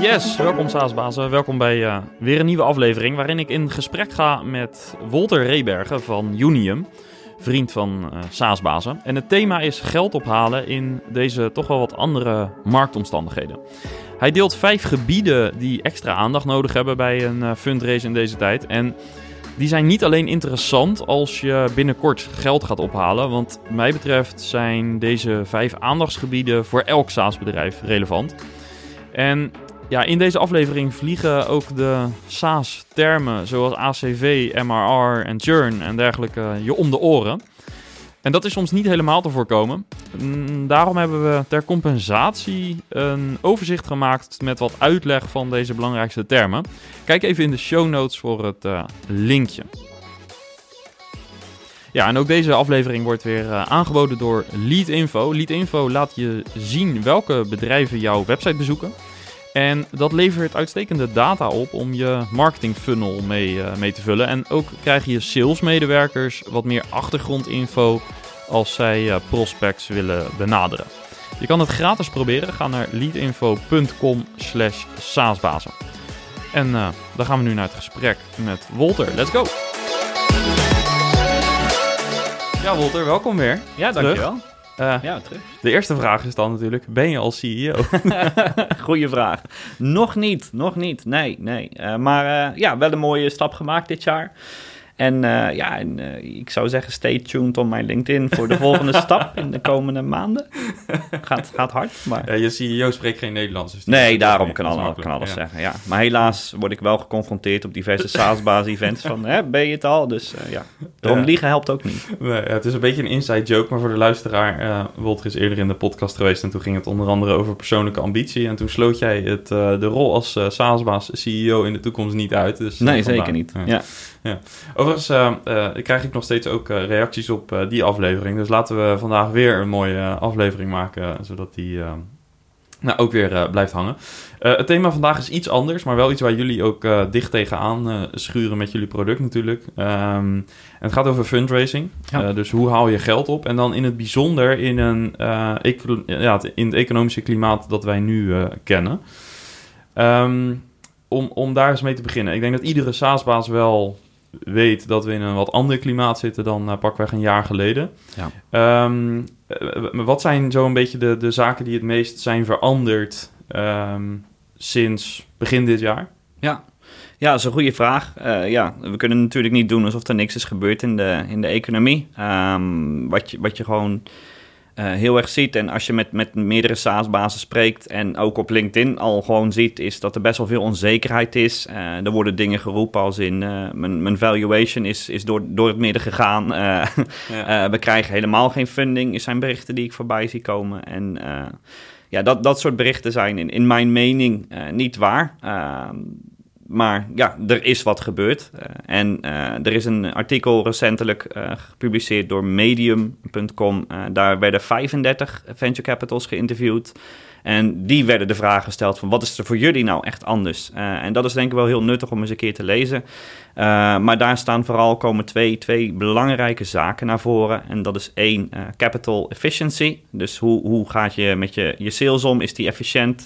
Yes, welkom SaaSbazen. Welkom bij weer een nieuwe aflevering waarin ik in gesprek ga met Wolter Rebergen van Unium, vriend van SaaSbazen. En het thema is geld ophalen in deze toch wel wat andere marktomstandigheden. Hij deelt 5 gebieden die extra aandacht nodig hebben bij een fundraise in deze tijd. En die zijn niet alleen interessant als je binnenkort geld gaat ophalen, want wat mij betreft zijn deze 5 aandachtsgebieden voor elk SaaS-bedrijf relevant. En ja, in deze aflevering vliegen ook de SaaS-termen zoals ACV, MRR en churn en dergelijke je om de oren. En dat is soms niet helemaal te voorkomen. Daarom hebben we ter compensatie een overzicht gemaakt met wat uitleg van deze belangrijkste termen. Kijk even in de show notes voor het linkje. Ja, en ook deze aflevering wordt weer aangeboden door Leadinfo. Leadinfo laat je zien welke bedrijven jouw website bezoeken. En dat levert uitstekende data op om je marketing funnel mee te vullen. En ook krijg je salesmedewerkers wat meer achtergrondinfo als zij prospects willen benaderen. Je kan het gratis proberen. Ga naar leadinfo.com/saasbazen. En dan gaan we nu naar het gesprek met Wolter. Let's go! Ja, Wolter, welkom weer. Ja, dankjewel. Terug. De eerste vraag is dan natuurlijk, ben je al CEO? Goeie vraag. Nog niet. Nee. Maar wel een mooie stap gemaakt dit jaar. En ik zou zeggen, stay tuned op mijn LinkedIn voor de volgende stap in de komende maanden. Gaat hard. Maar... je CEO spreekt geen Nederlands. Dus nee, daarom kan alles zeggen. Ja. Maar helaas word ik wel geconfronteerd op diverse SaaS-baas-events van, ben je het al? Dus daarom liegen helpt ook niet. Nee, het is een beetje een inside joke, maar voor de luisteraar, Wolter is eerder in de podcast geweest en toen ging het onder andere over persoonlijke ambitie. En toen sloot jij de rol als SaaS-baas-CEO in de toekomst niet uit. Dus, nee, zeker niet. Ja. Overigens krijg ik nog steeds ook reacties op die aflevering. Dus laten we vandaag weer een mooie aflevering maken, zodat die ook weer blijft hangen. Het thema vandaag is iets anders, maar wel iets waar jullie ook dicht tegenaan schuren met jullie product natuurlijk. En het gaat over fundraising. Ja. Dus hoe haal je geld op? En dan in het bijzonder in in het economische klimaat dat wij nu kennen. Om daar eens mee te beginnen. Ik denk dat iedere SaaS-baas wel weet dat we in een wat ander klimaat zitten dan pakweg een jaar geleden. Ja. Wat zijn zo een beetje de zaken die het meest zijn veranderd sinds begin dit jaar? Ja, dat is een goede vraag. We kunnen natuurlijk niet doen alsof er niks is gebeurd in de economie. Wat je gewoon heel erg ziet, en als je met meerdere SaaS-bazen spreekt en ook op LinkedIn al gewoon ziet, is dat er best wel veel onzekerheid is. Er worden dingen geroepen als in mijn valuation is door het midden gegaan. We krijgen helemaal geen funding, is zijn berichten die ik voorbij zie komen. En dat soort berichten zijn in mijn mening niet waar. Maar ja, er is wat gebeurd. Er is een artikel recentelijk gepubliceerd door Medium.com. Daar werden 35 venture capitals geïnterviewd. En die werden de vraag gesteld van, wat is er voor jullie nou echt anders? En dat is denk ik wel heel nuttig om eens een keer te lezen. Maar daar komen twee belangrijke zaken naar voren. En dat is 1, capital efficiency. Dus hoe gaat je met je sales om? Is die efficiënt?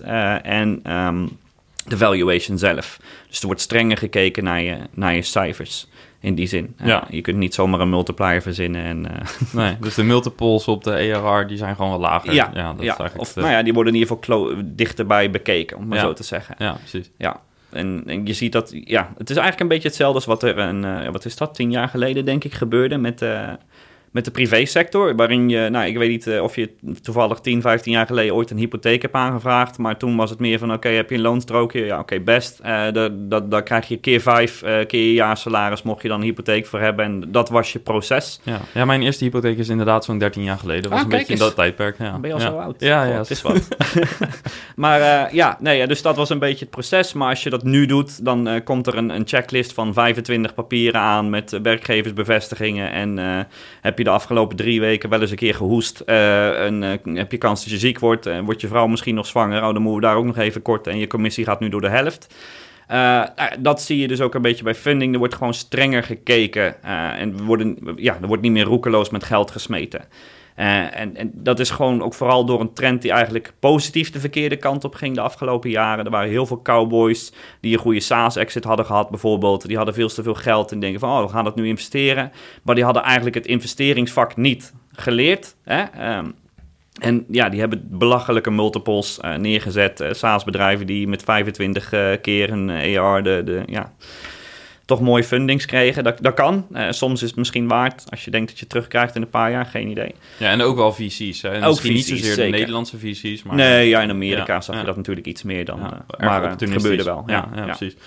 De valuation zelf. Dus er wordt strenger gekeken naar je cijfers in die zin. Je kunt niet zomaar een multiplier verzinnen. Nee, dus de multiples op de ARR die zijn gewoon wat lager. Die worden in ieder geval dichterbij bekeken, om maar zo te zeggen. Ja, precies. Ja. En je ziet dat, het is eigenlijk een beetje hetzelfde als wat er 10 jaar geleden denk ik gebeurde met de privésector, waarin je, ik weet niet of je toevallig 10, 15 jaar geleden ooit een hypotheek hebt aangevraagd, maar toen was het meer van, heb je een loonstrookje? Ja, best. Daar krijg je keer 5 keer je jaarsalaris, mocht je dan een hypotheek voor hebben, en dat was je proces. Ja, mijn eerste hypotheek is inderdaad zo'n 13 jaar geleden. Dat was een beetje in dat tijdperk. Ja. Ben je al zo oud? Ja. Het is wat. Maar dus dat was een beetje het proces, maar als je dat nu doet, dan komt er een checklist van 25 papieren aan met werkgeversbevestigingen en heb je de afgelopen 3 weken wel eens een keer gehoest en heb je kans dat je ziek wordt, wordt je vrouw misschien nog zwanger, dan moeten we daar ook nog even kort en je commissie gaat nu door de helft. Dat zie je dus ook een beetje bij funding. Er wordt gewoon strenger gekeken en er wordt niet meer roekeloos met geld gesmeten. En dat is gewoon ook vooral door een trend die eigenlijk positief de verkeerde kant op ging de afgelopen jaren. Er waren heel veel cowboys die een goede SaaS-exit hadden gehad bijvoorbeeld. Die hadden veel te veel geld en denken van, we gaan dat nu investeren. Maar die hadden eigenlijk het investeringsvak niet geleerd. Hè? En ja, die hebben belachelijke multiples neergezet. SaaS-bedrijven die met 25 keer een AR toch mooie fundings kregen. Dat kan. Soms is het misschien waard als je denkt dat je terugkrijgt in een paar jaar. Geen idee. Ja, en ook wel VC's. Hè? En ook misschien VC's, niet zozeer zeker. de Nederlandse VC's. Maar nee, ja, in Amerika zag je dat natuurlijk iets meer dan. Maar het gebeurde wel. Ja, precies.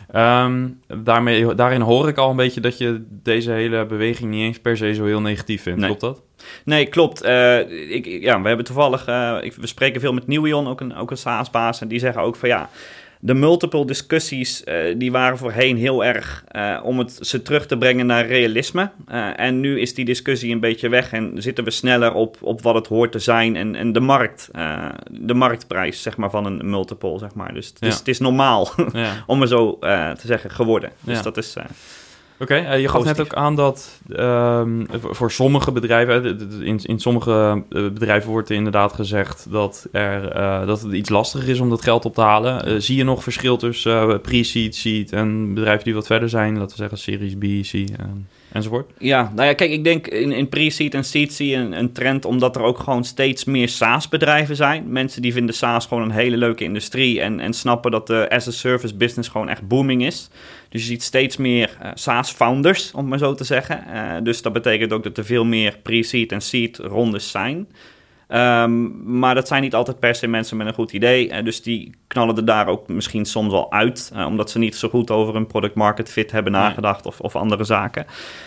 Daarin hoor ik al een beetje dat je deze hele beweging niet eens per se zo heel negatief vindt. Nee. Klopt dat? Nee, klopt. We hebben toevallig... we spreken veel met Nieuwion, ook een SaaS-baas. En die zeggen ook van de multiple discussies die waren voorheen heel erg om ze terug te brengen naar realisme. En nu is die discussie een beetje weg en zitten we sneller op wat het hoort te zijn en de marktprijs zeg maar, van een multiple. Zeg maar. Dus het is normaal om er zo te zeggen geworden. Dus dat is... Oké, je gaf net ook aan dat voor sommige bedrijven, in sommige bedrijven wordt er inderdaad gezegd dat het iets lastiger is om dat geld op te halen. Zie je nog verschil tussen pre-seed, seed en bedrijven die wat verder zijn, laten we zeggen Series B, C enzovoort? Ja, kijk, ik denk in pre-seed en seed zie je een trend omdat er ook gewoon steeds meer SaaS-bedrijven zijn. Mensen die vinden SaaS gewoon een hele leuke industrie en snappen dat de as-a-service business gewoon echt booming is. Dus je ziet steeds meer SaaS-founders, om het maar zo te zeggen. Dus dat betekent ook dat er veel meer pre-seed en seed rondes zijn. Maar dat zijn niet altijd per se mensen met een goed idee. Dus die knallen er daar ook misschien soms wel uit. Omdat ze niet zo goed over hun product market fit hebben nagedacht of andere zaken.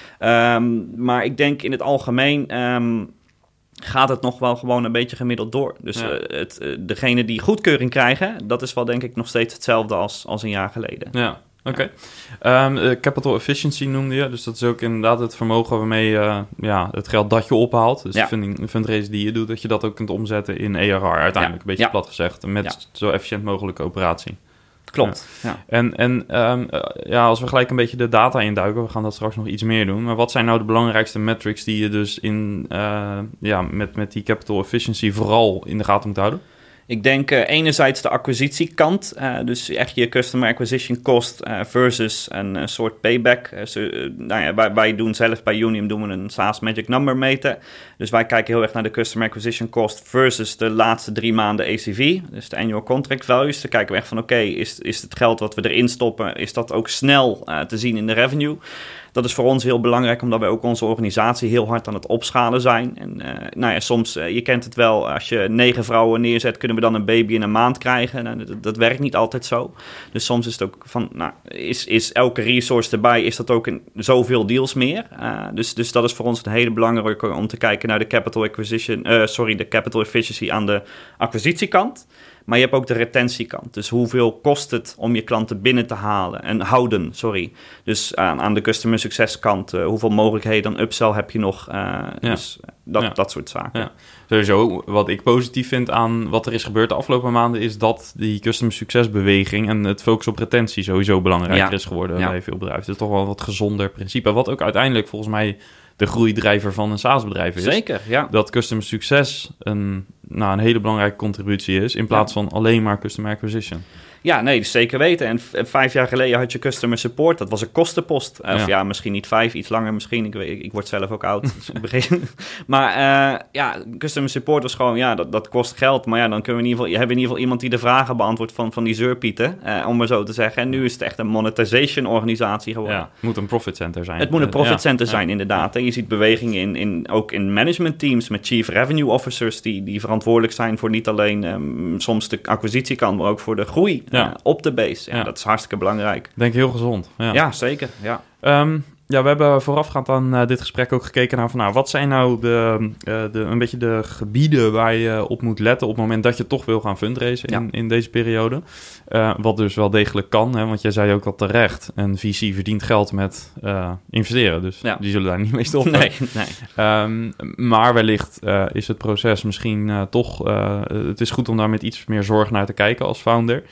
Maar ik denk in het algemeen gaat het nog wel gewoon een beetje gemiddeld door. Dus degene die goedkeuring krijgen, dat is wel denk ik nog steeds hetzelfde als een jaar geleden. Ja. Oké. Capital efficiency noemde je. Dus dat is ook inderdaad het vermogen waarmee het geld dat je ophaalt. Dus de fundraise die je doet, dat je dat ook kunt omzetten in ARR uiteindelijk. Een beetje plat gezegd. Met zo efficiënt mogelijke operatie. Klopt. Ja. En als we gelijk een beetje de data induiken, we gaan dat straks nog iets meer doen. Maar wat zijn nou de belangrijkste metrics die je dus met die capital efficiency vooral in de gaten moet houden? Ik denk enerzijds de acquisitiekant, dus echt je customer acquisition cost versus een soort payback. Wij doen zelf bij Unium doen we een SaaS Magic Number meten. Dus wij kijken heel erg naar de customer acquisition cost versus de laatste 3 maanden ACV, dus de annual contract values. Dan kijken we echt van is het geld wat we erin stoppen, is dat ook snel te zien in de revenue? Dat is voor ons heel belangrijk, omdat wij ook onze organisatie heel hard aan het opschalen zijn. En soms, je kent het wel, als je 9 vrouwen neerzet, kunnen we dan een baby in een maand krijgen. Nou, dat werkt niet altijd zo. Dus soms is het ook van, is elke resource erbij, is dat ook in zoveel deals meer? Dus dat is voor ons een hele belangrijke om te kijken naar de de capital efficiency aan de acquisitiekant. Maar je hebt ook de retentiekant. Dus hoeveel kost het om je klanten binnen te halen en houden, Dus aan de customer success kant, hoeveel mogelijkheden dan upsell heb je nog? Dus dat soort zaken. Ja. Sowieso, wat ik positief vind aan wat er is gebeurd de afgelopen maanden, is dat die customer success beweging en het focus op retentie sowieso belangrijker is geworden bij veel bedrijven. Het is toch wel een wat gezonder principe. Wat ook uiteindelijk volgens mij de groeidrijver van een SaaS-bedrijf is. Zeker, ja. Dat customer success een hele belangrijke contributie is, in plaats van alleen maar customer acquisition. Ja, nee, zeker weten. En 5 jaar geleden had je customer support. Dat was een kostenpost. Of misschien niet 5, iets langer misschien. Ik word zelf ook oud. Dus ik begin. Maar customer support was gewoon, dat kost geld. Maar dan kunnen we hebben we in ieder geval iemand die de vragen beantwoordt van die zeurpieten. Om maar zo te zeggen. En nu is het echt een monetization organisatie geworden. Ja, het moet een profit center zijn. Het moet een profit center zijn, inderdaad. En je ziet bewegingen ook in management teams met chief revenue officers die verantwoordelijk zijn voor niet alleen soms de acquisitiekant, maar ook voor de groei. Op de base. Dat is hartstikke belangrijk. Denk heel gezond. Ja, zeker. Ja. We hebben voorafgaand aan dit gesprek ook gekeken naar wat zijn nou een beetje de gebieden waar je op moet letten op het moment dat je toch wil gaan fundraisen in deze periode. Wat dus wel degelijk kan, hè, want jij zei ook al terecht, een VC verdient geld met investeren, dus die zullen daar niet mee stoppen. Nee. Maar wellicht is het proces misschien toch, het is goed om daar met iets meer zorg naar te kijken als founder.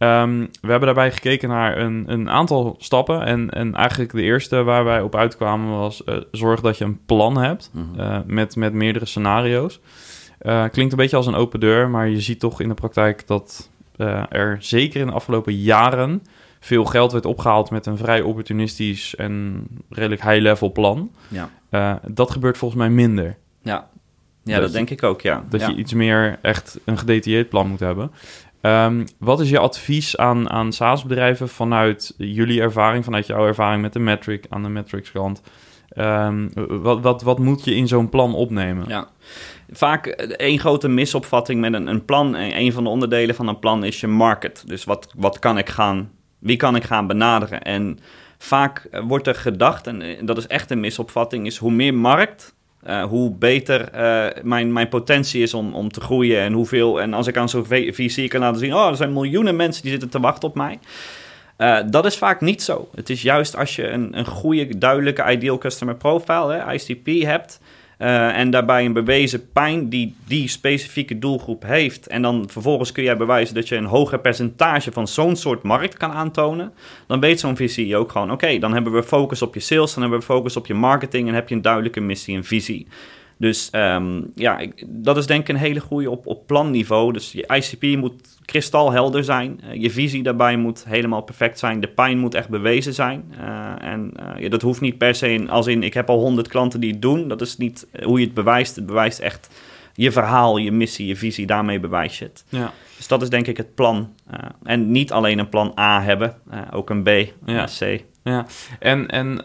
We hebben daarbij gekeken naar een aantal stappen. En eigenlijk de eerste waar wij op uitkwamen was... zorg dat je een plan hebt met meerdere scenario's. Klinkt een beetje als een open deur, maar je ziet toch in de praktijk dat er zeker in de afgelopen jaren veel geld werd opgehaald met een vrij opportunistisch en redelijk high-level plan. Ja. Dat gebeurt volgens mij minder. Ja, dat denk ik ook, ja. Dat je iets meer echt een gedetailleerd plan moet hebben. Wat is je advies aan SaaS-bedrijven vanuit jullie ervaring, vanuit jouw ervaring met de metric aan de metrics kant? Wat moet je in zo'n plan opnemen? Ja, vaak één grote misopvatting met een plan. Een van de onderdelen van een plan is je market. Dus wie kan ik gaan benaderen? En vaak wordt er gedacht, en dat is echt een misopvatting, is hoe meer markt, hoe beter mijn potentie is om te groeien en hoeveel. En als ik aan zo'n VC kan laten zien, er zijn miljoenen mensen die zitten te wachten op mij. Dat is vaak niet zo. Het is juist als je een goede, duidelijke ideal customer profile, ICP, hebt. En daarbij een bewezen pijn die specifieke doelgroep heeft. En dan vervolgens kun jij bewijzen dat je een hoger percentage van zo'n soort markt kan aantonen. Dan weet zo'n VC ook gewoon, oké, dan hebben we focus op je sales, dan hebben we focus op je marketing en heb je een duidelijke missie en visie. Dus dat is denk ik een hele goede op planniveau. Dus je ICP moet kristalhelder zijn. Je visie daarbij moet helemaal perfect zijn. De pijn moet echt bewezen zijn. Dat hoeft niet per se als in ik heb al 100 klanten die het doen. Dat is niet hoe je het bewijst. Het bewijst echt je verhaal, je missie, je visie. Daarmee bewijs je het. Ja. Dus dat is denk ik het plan. En niet alleen een plan A hebben. Ook een B, een C. Ja, en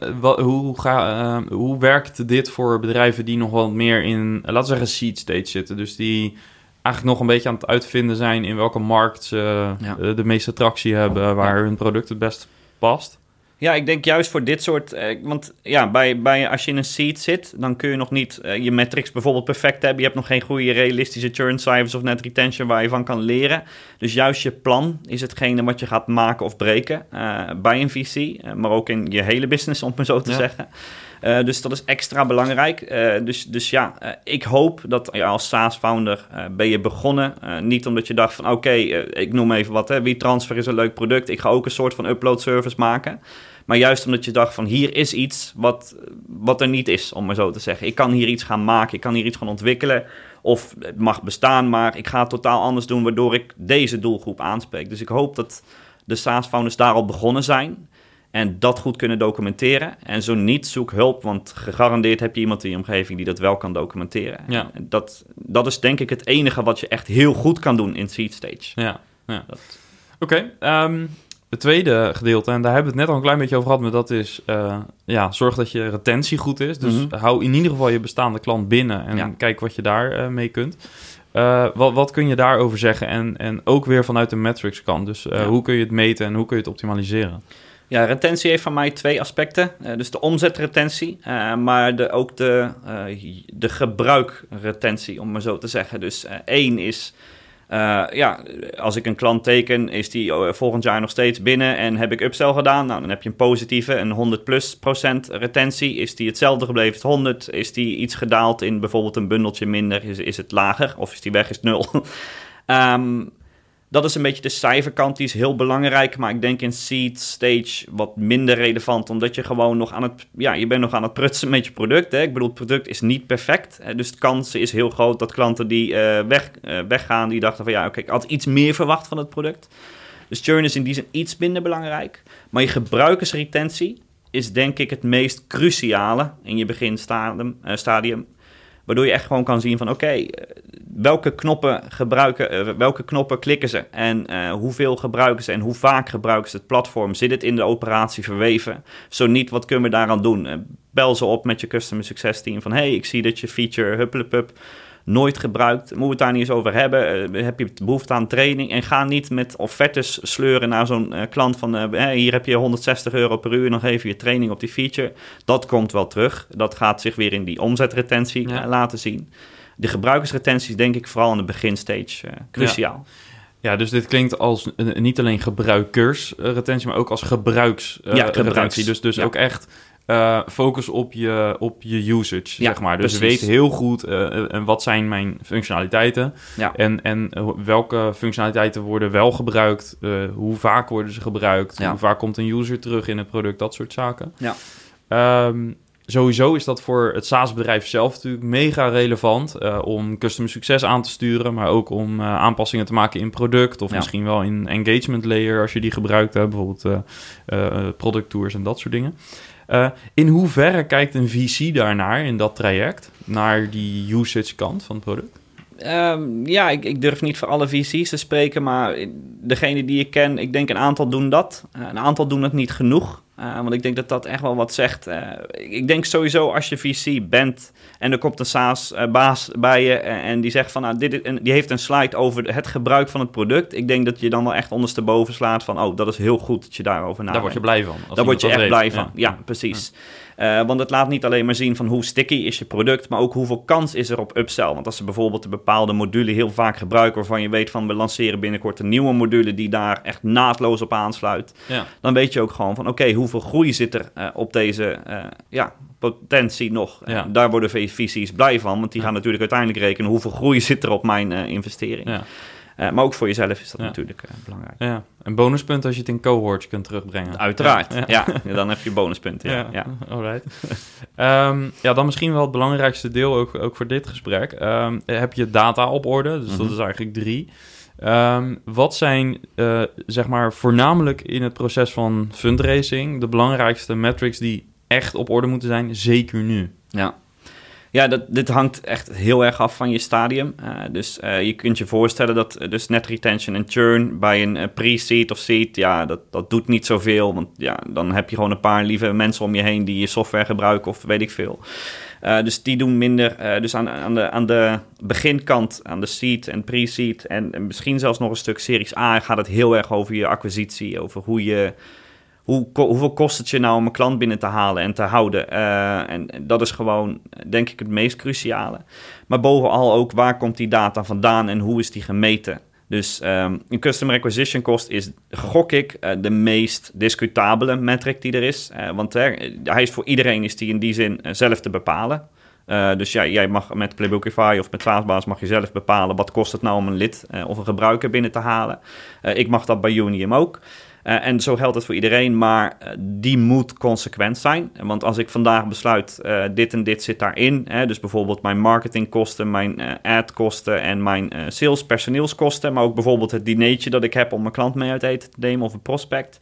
hoe werkt dit voor bedrijven die nog wat meer in, laten we zeggen, seed stage zitten? Dus die eigenlijk nog een beetje aan het uitvinden zijn in welke markt ze de meeste attractie hebben, waar hun product het best past. Ja, ik denk juist voor dit soort... want bij als je in een seed zit, dan kun je nog niet je metrics bijvoorbeeld perfect hebben. Je hebt nog geen goede realistische churn cijfers of net retention waar je van kan leren. Dus juist je plan is hetgene wat je gaat maken of breken bij een VC. Maar ook in je hele business, om het maar zo te zeggen. Dus dat is extra belangrijk. Ik hoop dat als SaaS-founder ben je begonnen. Niet omdat je dacht van oké, ik noem even wat. WeTransfer is een leuk product. Ik ga ook een soort van upload service maken. Maar juist omdat je dacht van hier is iets wat er niet is, om maar zo te zeggen. Ik kan hier iets gaan maken, ik kan hier iets gaan ontwikkelen. Of het mag bestaan, maar ik ga het totaal anders doen, waardoor ik deze doelgroep aanspreek. Dus ik hoop dat de SaaS-founders daar al begonnen zijn en dat goed kunnen documenteren. En zo niet, zoek hulp, want gegarandeerd heb je iemand in je omgeving die dat wel kan documenteren. Ja. Dat is denk ik het enige wat je echt heel goed kan doen in seed stage. Ja. Oké. Het tweede gedeelte, en daar hebben we het net al een klein beetje over gehad, maar dat is, zorg dat je retentie goed is. Dus hou in ieder geval je bestaande klant binnen en kijk wat je daar mee kunt. Wat kun je daarover zeggen? En ook weer vanuit de metrics kant. Dus hoe kun je het meten en hoe kun je het optimaliseren? Ja, retentie heeft van mij 2 aspecten. Dus de omzetretentie, maar ook de gebruikretentie, om maar zo te zeggen. Dus 1 is... als ik een klant teken, is die volgend jaar nog steeds binnen en heb ik upsell gedaan, nou, dan heb je een positieve, een 100% retentie. Is die hetzelfde gebleven, is het 100? Is die iets gedaald in bijvoorbeeld een bundeltje minder, is het lager? Of is die weg, is het 0? Dat is een beetje de cijferkant, die is heel belangrijk, maar ik denk in seed stage wat minder relevant, omdat je gewoon nog je bent nog aan het prutsen met je product. Hè? Ik bedoel, het product is niet perfect, dus de kans is heel groot dat klanten die weggaan, die dachten van ik had iets meer verwacht van het product. Dus churn is in die zin iets minder belangrijk, maar je gebruikersretentie is denk ik het meest cruciale in je beginstadium. Waardoor je echt gewoon kan zien van welke knoppen klikken ze en hoeveel gebruiken ze en hoe vaak gebruiken ze het platform. Zit het in de operatie verweven? Zo niet, wat kunnen we daaraan doen? Bel ze op met je customer success team van ik zie dat je feature hupplepup nooit gebruikt. Moeten we het daar niet eens over hebben? Heb je behoefte aan training? En ga niet met offertes sleuren naar zo'n klant van hier heb je €160 per uur, nog even je training op die feature. Dat komt wel terug. Dat gaat zich weer in die omzetretentie laten zien. De gebruikersretentie is denk ik vooral in de beginstage cruciaal. Ja, dus dit klinkt als niet alleen gebruikersretentie, maar ook als gebruiksretentie. Dus ook echt focus op je usage, Ja, zeg maar. Dus precies. weet heel goed wat zijn mijn functionaliteiten. Ja. En welke functionaliteiten worden wel gebruikt. Hoe vaak worden ze gebruikt. Ja. Hoe vaak komt een user terug in het product. Dat soort zaken. Ja. Sowieso is dat voor het SaaS-bedrijf zelf natuurlijk mega relevant om customer succes aan te sturen, maar ook om aanpassingen te maken in product of misschien wel in engagement layer als je die gebruikt hebt, bijvoorbeeld product tours en dat soort dingen. In hoeverre kijkt een VC daarnaar in dat traject, naar die usage kant van het product? Ik durf niet voor alle VC's te spreken, maar degene die ik ken, ik denk een aantal doen dat. Een aantal doen het niet genoeg. Want ik denk dat dat echt wel wat zegt. Ik denk sowieso als je VC bent en er komt een SaaS-baas bij je en die zegt van, die heeft een slide over het gebruik van het product. Ik denk dat je dan wel echt ondersteboven slaat van, dat is heel goed dat je daarover nadenkt. Daar word je blij van. Daar word je echt blij van, ja precies. Want het laat niet alleen maar zien van hoe sticky is je product, maar ook hoeveel kans is er op upsell. Want als ze bijvoorbeeld een bepaalde module heel vaak gebruiken, waarvan je weet van we lanceren binnenkort een nieuwe module die daar echt naadloos op aansluit, dan weet je ook gewoon van oké, hoeveel groei zit er op deze potentie nog. Daar worden VC's blij van, want die gaan natuurlijk uiteindelijk rekenen hoeveel groei zit er op mijn investering. Ja. Maar ook voor jezelf is dat natuurlijk belangrijk. Ja, en bonuspunten als je het in cohorts kunt terugbrengen. Uiteraard, ja. Dan heb je bonuspunten. Ja. Alright. Dan misschien wel het belangrijkste deel ook voor dit gesprek. Heb je data op orde, dus dat is eigenlijk 3. Wat zijn, zeg maar, voornamelijk in het proces van fundraising de belangrijkste metrics die echt op orde moeten zijn, zeker nu? Ja, dit hangt echt heel erg af van je stadium. Dus je kunt je voorstellen dat dus net retention en churn bij een pre-seed of seed, dat doet niet zoveel. Want dan heb je gewoon een paar lieve mensen om je heen die je software gebruiken of weet ik veel. Dus die doen minder. Dus aan de beginkant, aan de seed en pre-seed en misschien zelfs nog een stuk Series A gaat het heel erg over je acquisitie, over hoeveel kost het je nou om een klant binnen te halen en te houden? En dat is gewoon, denk ik, het meest cruciale. Maar bovenal ook, waar komt die data vandaan en hoe is die gemeten? Dus een customer acquisition cost is, gok ik, de meest discutabele metric die er is. Want hij is voor iedereen in die zin zelf te bepalen. Dus jij mag met Playbookify of met SaaSbaas mag je zelf bepalen wat kost het nou om een lid of een gebruiker binnen te halen. Ik mag dat bij Unium ook. En zo geldt het voor iedereen, maar die moet consequent zijn. Want als ik vandaag besluit, dit en dit zit daarin, dus bijvoorbeeld mijn marketingkosten, mijn adkosten en mijn sales personeelskosten, maar ook bijvoorbeeld het dinertje dat ik heb om mijn klant mee uit eten te nemen of een prospect.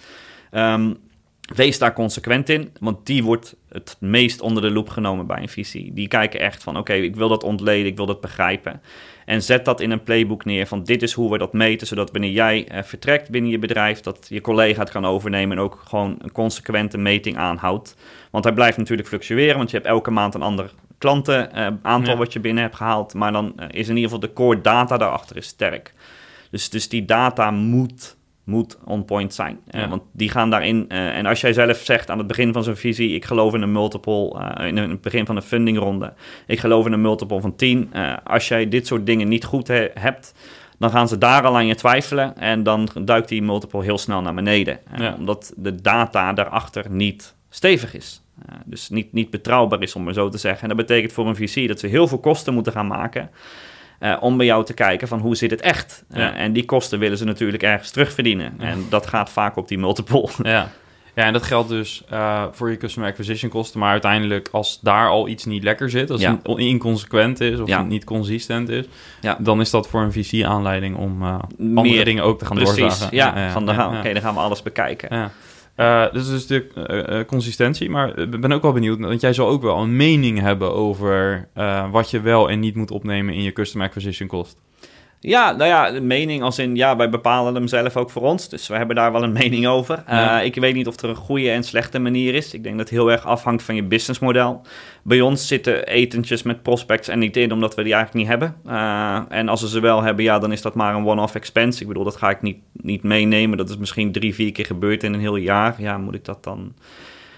Wees daar consequent in, want die wordt het meest onder de loep genomen bij een VC. Die kijken echt van, oké, ik wil dat ontleden, ik wil dat begrijpen. En zet dat in een playbook neer van dit is hoe we dat meten, zodat wanneer jij vertrekt binnen je bedrijf, dat je collega het kan overnemen en ook gewoon een consequente meting aanhoudt. Want hij blijft natuurlijk fluctueren, want je hebt elke maand een ander klantenaantal wat je binnen hebt gehaald. Maar dan is in ieder geval de core data daarachter is sterk. Dus die data moet on point zijn. Want die gaan daarin. En als jij zelf zegt aan het begin van zo'n visie, ik geloof in een multiple, in het begin van een fundingronde, ik geloof in een multiple van 10. Als jij dit soort dingen niet goed hebt, dan gaan ze daar al aan je twijfelen en dan duikt die multiple heel snel naar beneden. Omdat de data daarachter niet stevig is. Dus niet betrouwbaar is, om maar zo te zeggen. En dat betekent voor een VC dat ze heel veel kosten moeten gaan maken om bij jou te kijken van hoe zit het echt. En die kosten willen ze natuurlijk ergens terugverdienen. En dat gaat vaak op die multiple. Ja, en dat geldt dus voor je customer acquisition kosten. Maar uiteindelijk als daar al iets niet lekker zit, als het inconsequent is of niet consistent is, dan is dat voor een VC aanleiding om andere dingen ook te gaan doorzagen. Dan gaan we alles bekijken. Dus de consistentie, maar ik ben ook wel benieuwd, want jij zal ook wel een mening hebben over wat je wel en niet moet opnemen in je customer acquisition cost. Ja, de mening als in, wij bepalen hem zelf ook voor ons. Dus we hebben daar wel een mening over. Ik weet niet of er een goede en slechte manier is. Ik denk dat het heel erg afhangt van je businessmodel. Bij ons zitten etentjes met prospects en niet in, omdat we die eigenlijk niet hebben. En als we ze wel hebben, dan is dat maar een one-off expense. Ik bedoel, dat ga ik niet meenemen. Dat is misschien 3-4 keer gebeurd in een heel jaar. Ja, moet ik dat dan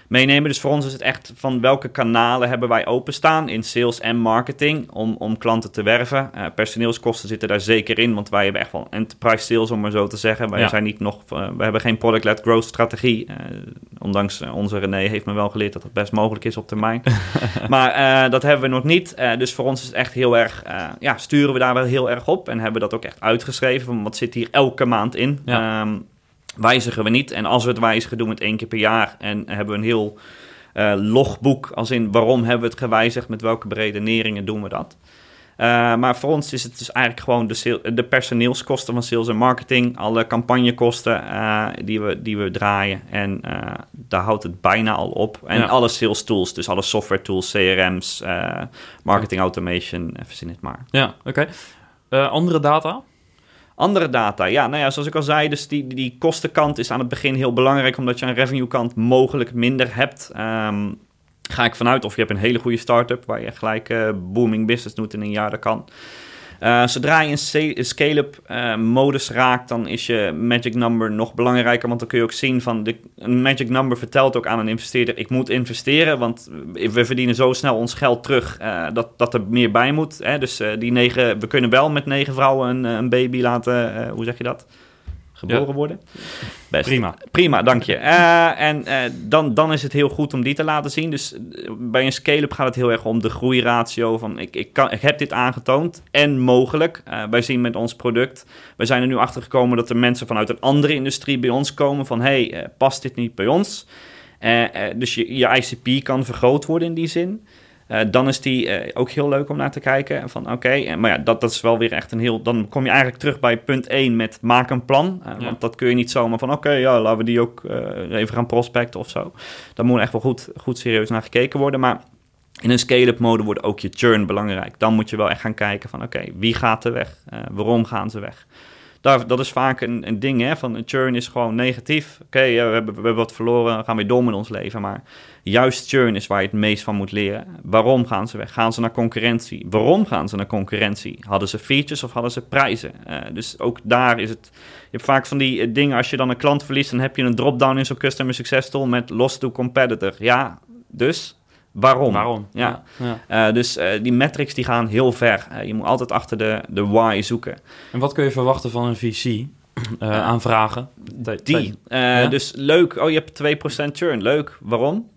meenemen. Dus voor ons is het echt van welke kanalen hebben wij openstaan in sales en marketing om klanten te werven. Personeelskosten zitten daar zeker in, want wij hebben echt wel enterprise sales, om maar zo te zeggen. Wij zijn niet nog, we hebben geen product-led growth strategie. Ondanks onze René heeft me wel geleerd dat het best mogelijk is op termijn. Maar dat hebben we nog niet. Dus voor ons is het echt heel erg, sturen we daar wel heel erg op en hebben dat ook echt uitgeschreven van wat zit hier elke maand in. Ja. Wijzigen we niet. En als we het wijzigen, doen we het 1 keer per jaar. En hebben we een heel logboek, als in waarom hebben we het gewijzigd, met welke beredeneringen doen we dat. Maar voor ons is het dus eigenlijk gewoon de personeelskosten van sales en marketing, alle campagnekosten die we draaien. En daar houdt het bijna al op. En alle sales tools, dus alle software tools, CRM's, marketing automation, verzin het maar. Ja, oké. Andere data? Andere data, zoals ik al zei, dus die kostenkant is aan het begin heel belangrijk, omdat je een revenue kant mogelijk minder hebt. Ga ik vanuit, of je hebt een hele goede start-up waar je gelijk booming business doet in een jaar, dat kan. Zodra je een scale-up modus raakt, dan is je magic number nog belangrijker, want dan kun je ook zien van een magic number vertelt ook aan een investeerder, ik moet investeren, want we verdienen zo snel ons geld terug dat er meer bij moet. Hè? Dus we kunnen wel met 9 vrouwen een baby laten, hoe zeg je dat? Geboren worden. Best. Prima, dank je. Dan is het heel goed om die te laten zien. Dus bij een scale-up gaat het heel erg om de groeiratio van ik heb dit aangetoond en mogelijk. Wij zien met ons product, wij zijn er nu achter gekomen dat er mensen vanuit een andere industrie bij ons komen van past dit niet bij ons? Dus je ICP kan vergroot worden in die zin. Dan is die ook heel leuk om naar te kijken. Van maar ja, dat is wel weer echt een heel... Dan kom je eigenlijk terug bij punt 1 met maak een plan. Want dat kun je niet zomaar van laten we die ook even gaan prospecten of zo. Daar moet echt wel goed serieus naar gekeken worden. Maar in een scale-up mode wordt ook je churn belangrijk. Dan moet je wel echt gaan kijken van wie gaat er weg? Waarom gaan ze weg? Dat is vaak een ding, hè, van een churn is gewoon negatief. We hebben wat verloren, gaan weer door met ons leven. Maar juist churn is waar je het meest van moet leren. Waarom gaan ze weg? Gaan ze naar concurrentie? Waarom gaan ze naar concurrentie? Hadden ze features of hadden ze prijzen? Dus ook daar is het... Je hebt vaak van die dingen, als je dan een klant verliest, dan heb je een drop-down in zo'n customer success tool met loss to competitor. Ja, dus... Waarom? Ja. Dus die metrics die gaan heel ver. Je moet altijd achter de why zoeken. En wat kun je verwachten van een VC? Aanvragen? Dus leuk. Je hebt 2% churn. Leuk. Waarom?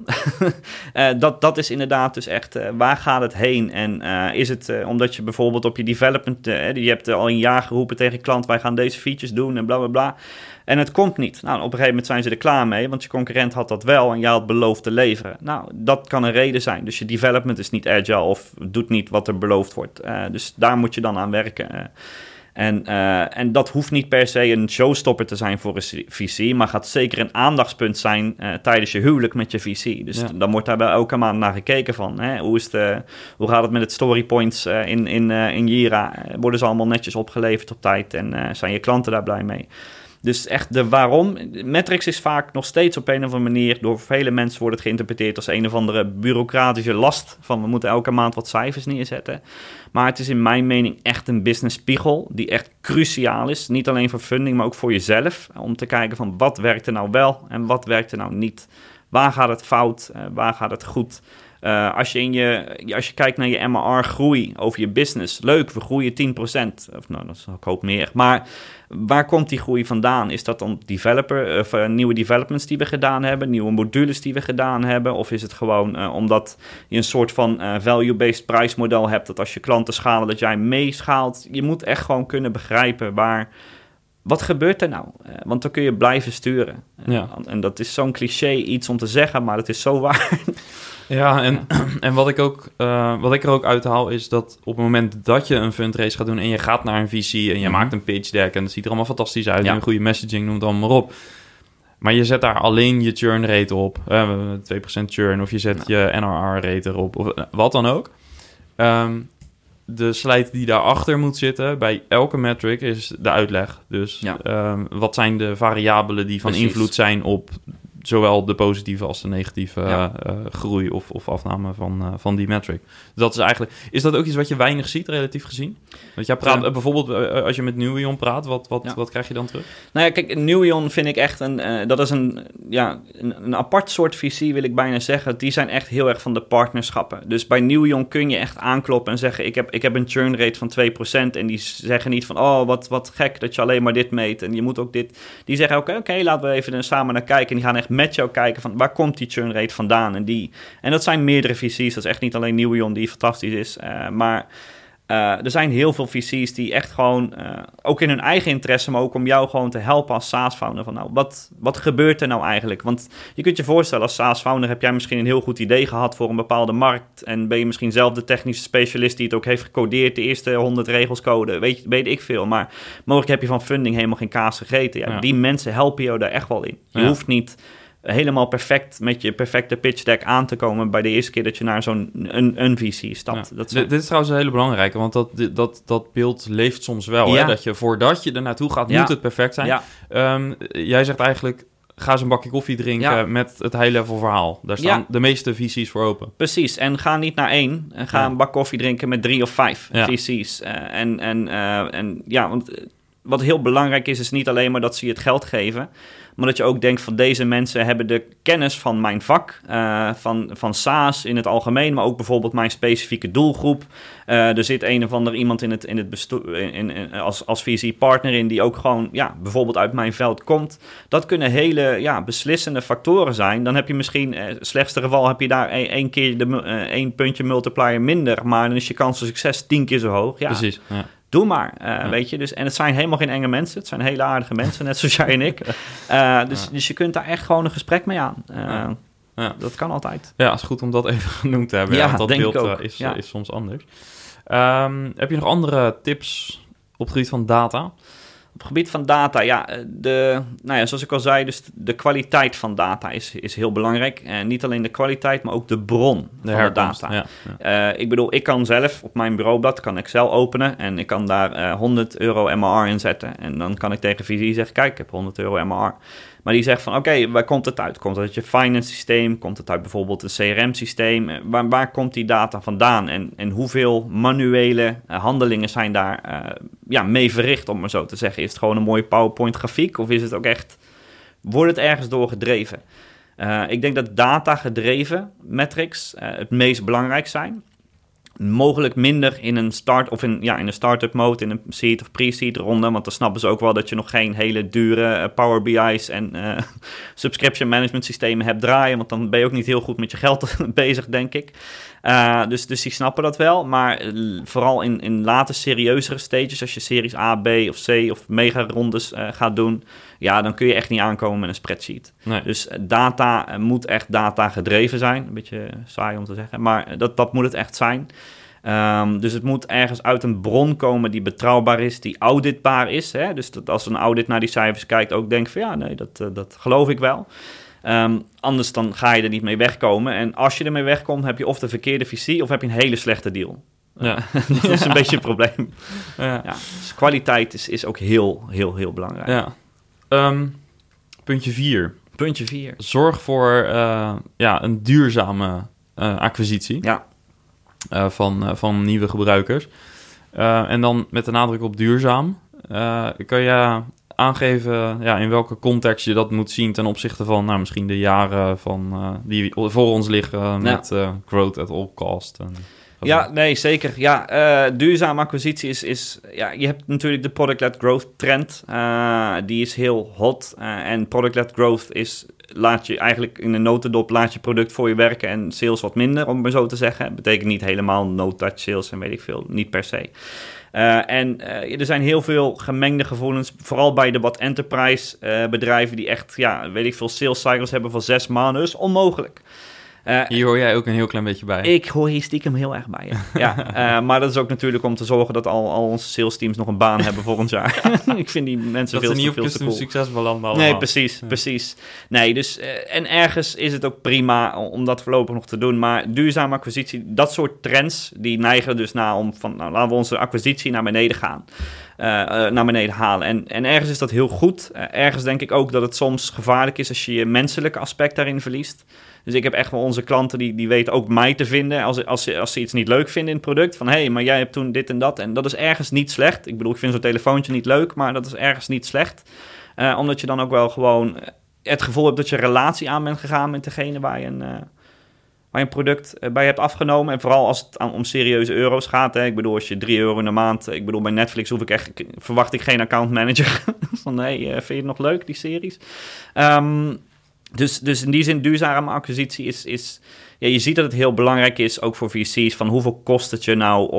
Dat is inderdaad dus echt... waar gaat het heen? En is het omdat je bijvoorbeeld op je development... je hebt al een jaar geroepen tegen klant... wij gaan deze features doen en bla bla bla... En het komt niet. Nou, op een gegeven moment zijn ze er klaar mee, want je concurrent had dat wel en jij had beloofd te leveren. Nou, dat kan een reden zijn. Dus je development is niet agile of doet niet wat er beloofd wordt. Dus daar moet je dan aan werken. En dat hoeft niet per se een showstopper te zijn voor een VC, maar gaat zeker een aandachtspunt zijn tijdens je huwelijk met je VC. Dus dan wordt daar wel elke maand naar gekeken van, hoe gaat het met het story points in Jira? Worden ze allemaal netjes opgeleverd op tijd en zijn je klanten daar blij mee? Dus echt de waarom. Metrics is vaak nog steeds op een of andere manier... door vele mensen wordt het geïnterpreteerd als een of andere bureaucratische last... van we moeten elke maand wat cijfers neerzetten. Maar het is in mijn mening echt een business spiegel... die echt cruciaal is. Niet alleen voor funding, maar ook voor jezelf. Om te kijken van wat werkt er nou wel en wat werkt er nou niet. Waar gaat het fout? Waar gaat het goed? Als je kijkt naar je MRR-groei over je business... leuk, we groeien 10%. Of nou, dat is ook hoop meer. Maar waar komt die groei vandaan? Is dat dan nieuwe developments die we gedaan hebben... nieuwe modules die we gedaan hebben? Of is het gewoon omdat je een soort van value-based prijsmodel hebt... dat als je klanten schalen, dat jij meeschaalt? Je moet echt gewoon kunnen begrijpen wat gebeurt er nou? Want dan kun je blijven sturen. Ja. En dat is zo'n cliché iets om te zeggen, maar het is zo waar... Ja, en wat ik er ook uithaal is dat op het moment dat je een fundraise gaat doen... en je gaat naar een VC en je maakt een pitch deck... en dat ziet er allemaal fantastisch uit, een goede messaging, noem het allemaal maar op. Maar je zet daar alleen je churn rate op, 2% churn... of je zet je NRR rate erop, of wat dan ook. De slide die daarachter moet zitten bij elke metric is de uitleg. Dus wat zijn de variabelen die van invloed zijn op zowel de positieve als de negatieve groei of afname van die metric. Dat is eigenlijk... Is dat ook iets wat je weinig ziet, relatief gezien? Want jij praat bijvoorbeeld, als je met Newion praat, wat krijg je dan terug? Nou ja, kijk, Newion vind ik echt dat is een apart soort visie, wil ik bijna zeggen. Die zijn echt heel erg van de partnerschappen. Dus bij Newion kun je echt aankloppen en zeggen, ik heb een churn rate van 2%. En die zeggen niet van, wat gek dat je alleen maar dit meet. En je moet ook dit... Die zeggen, oké, laten we even samen naar kijken. En die gaan echt met jou kijken van, waar komt die churn rate vandaan? En dat zijn meerdere visies. Dat is echt niet alleen Newion die fantastisch is. Maar er zijn heel veel VC's die echt gewoon, ook in hun eigen interesse, maar ook om jou gewoon te helpen als SaaS-founder. Van wat gebeurt er nou eigenlijk? Want je kunt je voorstellen, als SaaS-founder heb jij misschien een heel goed idee gehad voor een bepaalde markt. En ben je misschien zelf de technische specialist die het ook heeft gecodeerd, de eerste 100 regels code, weet ik veel. Maar mogelijk heb je van funding helemaal geen kaas gegeten. Ja. Die mensen helpen jou daar echt wel in. Je hoeft niet helemaal perfect met je perfecte pitch deck aan te komen bij de eerste keer dat je naar zo'n een VC stapt. Ja. Dit is trouwens een hele belangrijke, want dat beeld leeft soms wel. Hè? Dat je voordat je er naartoe gaat, moet het perfect zijn. Ja. Jij zegt eigenlijk, ga eens een bakje koffie drinken met het high-level verhaal. Daar staan de meeste VC's voor open. Precies, en ga niet naar 1. En ga een bak koffie drinken met 3 of 5 VC's. Want wat heel belangrijk is niet alleen maar dat ze je het geld geven, maar dat je ook denkt van deze mensen hebben de kennis van mijn vak, van SaaS in het algemeen, maar ook bijvoorbeeld mijn specifieke doelgroep. Er zit een of ander iemand in het bestuur, als VC-partner in die ook gewoon bijvoorbeeld uit mijn veld komt. Dat kunnen hele beslissende factoren zijn. Dan heb je misschien, slechtste geval, heb je daar één puntje multiplier minder, maar dan is je kans op succes 10 keer zo hoog. Ja. Precies, ja. Doe maar, weet je. Dus, en het zijn helemaal geen enge mensen. Het zijn hele aardige mensen, net zoals jij en ik. Dus je kunt daar echt gewoon een gesprek mee aan. Dat kan altijd. Ja, het is goed om dat even genoemd te hebben. Want dat beeld is soms anders. Heb je nog andere tips op het gebied van data? Op het gebied van data, zoals ik al zei, dus de kwaliteit van data is heel belangrijk. En niet alleen de kwaliteit, maar ook de bron van de data. Ja. Ik bedoel, ik kan zelf op mijn bureaublad Excel openen en ik kan daar €100 MRR in zetten. En dan kan ik tegen VC zeggen, kijk, ik heb €100 MRR. Maar die zegt van, oké, waar komt het uit? Komt het uit je finance systeem? Komt het uit bijvoorbeeld een CRM-systeem? Waar komt die data vandaan? En hoeveel manuele handelingen zijn daar mee verricht, om maar zo te zeggen? Is het gewoon een mooie PowerPoint-grafiek? Of is het ook echt, wordt het ergens door gedreven? Ik denk dat data-gedreven metrics het meest belangrijk zijn. Mogelijk minder in een start-up mode, in een seed of pre-seed ronde, want dan snappen ze ook wel dat je nog geen hele dure Power BI's en subscription management systemen hebt draaien, want dan ben je ook niet heel goed met je geld bezig, denk ik. Dus die snappen dat wel, maar vooral in later serieuzere stages, als je series A, B of C of mega rondes gaat doen, dan kun je echt niet aankomen met een spreadsheet. Nee. Dus data moet echt data gedreven zijn. Een beetje saai om te zeggen, maar dat moet het echt zijn. Dus het moet ergens uit een bron komen die betrouwbaar is, die auditbaar is. Hè? Dus dat als een audit naar die cijfers kijkt, ook denkt van dat geloof ik wel. Anders dan ga je er niet mee wegkomen. En als je ermee wegkomt, heb je of de verkeerde VC of heb je een hele slechte deal. Dat is een beetje een probleem. Dus kwaliteit is ook heel, heel, heel belangrijk. Puntje 4. Puntje 4. Zorg voor een duurzame acquisitie van nieuwe gebruikers. En dan met de nadruk op duurzaam. Kan je aangeven in welke context je dat moet zien ten opzichte van misschien de jaren die voor ons liggen met growth at all cost. Zeker. Duurzame acquisitie is je hebt natuurlijk de product-led growth trend. Die is heel hot. En product-led growth laat je eigenlijk in een notendop, laat je product voor je werken en sales wat minder, om maar zo te zeggen. Dat betekent niet helemaal no-touch sales en weet ik veel, niet per se. Er zijn heel veel gemengde gevoelens, vooral bij de wat enterprise bedrijven die echt, sales cycles hebben van 6 maanden. Dus onmogelijk. Hier hoor jij ook een heel klein beetje bij. Ik hoor hier stiekem heel erg bij, ja. Maar dat is ook natuurlijk om te zorgen dat al onze sales teams nog een baan hebben volgend jaar. Ik vind die mensen dat veel ze te niet op cool. succes belanden allemaal. Nee, precies. Nee, dus, en ergens is het ook prima om dat voorlopig nog te doen. Maar duurzame acquisitie, dat soort trends, die neigen dus naar om van, nou, laten we onze acquisitie naar beneden gaan. Naar beneden halen. En ergens is dat heel goed. Ergens denk ik ook dat het soms gevaarlijk is als je je menselijke aspect daarin verliest. Dus ik heb echt wel onze klanten die weten ook mij te vinden als ze iets niet leuk vinden in het product. Van hé, maar jij hebt toen dit en dat. En dat is ergens niet slecht. Ik bedoel, ik vind zo'n telefoontje niet leuk, maar dat is ergens niet slecht. Omdat je dan ook wel gewoon het gevoel hebt dat je een relatie aan bent gegaan met degene waar je een product bij hebt afgenomen. En vooral als het om serieuze euro's gaat. Hè. Ik bedoel, als je €3 in de maand... Ik bedoel, bij Netflix verwacht ik geen accountmanager. Van, vind je het nog leuk, die series? Dus in die zin, duurzame acquisitie is... Ja, je ziet dat het heel belangrijk is, ook voor VC's... van hoeveel kost het je nou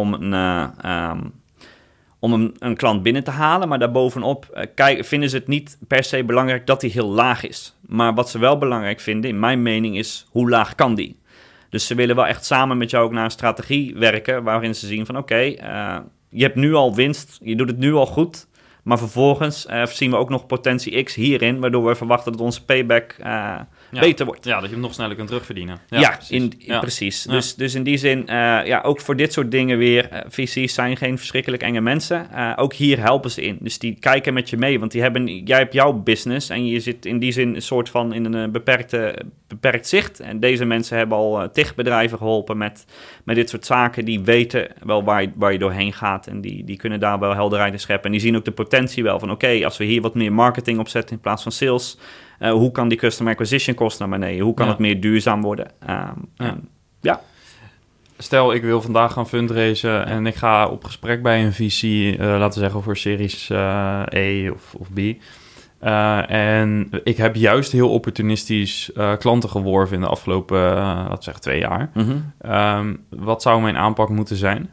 om een klant binnen te halen. Maar daarbovenop vinden ze het niet per se belangrijk dat die heel laag is. Maar wat ze wel belangrijk vinden, in mijn mening, is hoe laag kan die? Dus ze willen wel echt samen met jou ook naar een strategie werken... waarin ze zien van oké, je hebt nu al winst, je doet het nu al goed... maar vervolgens zien we ook nog potentie X hierin... waardoor we verwachten dat onze payback beter wordt. Ja, dat je hem nog sneller kunt terugverdienen. Precies. Ja. Dus in die zin, ook voor dit soort dingen weer... VC's zijn geen verschrikkelijk enge mensen. Ook hier helpen ze in. Dus die kijken met je mee, want jij hebt jouw business... en je zit in die zin een soort van in een beperkt zicht. En deze mensen hebben al 10 bedrijven geholpen met dit soort zaken. Die weten wel waar je doorheen gaat... en die kunnen daar wel helderheid in scheppen. En die zien ook de potentie wel van... oké, als we hier wat meer marketing opzetten in plaats van sales... hoe kan die customer acquisition kost naar beneden? Hoe kan het meer duurzaam worden? Stel, ik wil vandaag gaan fundraisen en ik ga op gesprek bij een VC, laten we zeggen voor series E of B. En ik heb juist heel opportunistisch klanten geworven in de afgelopen, laten we zeggen, 2 jaar. Mm-hmm. Wat zou mijn aanpak moeten zijn?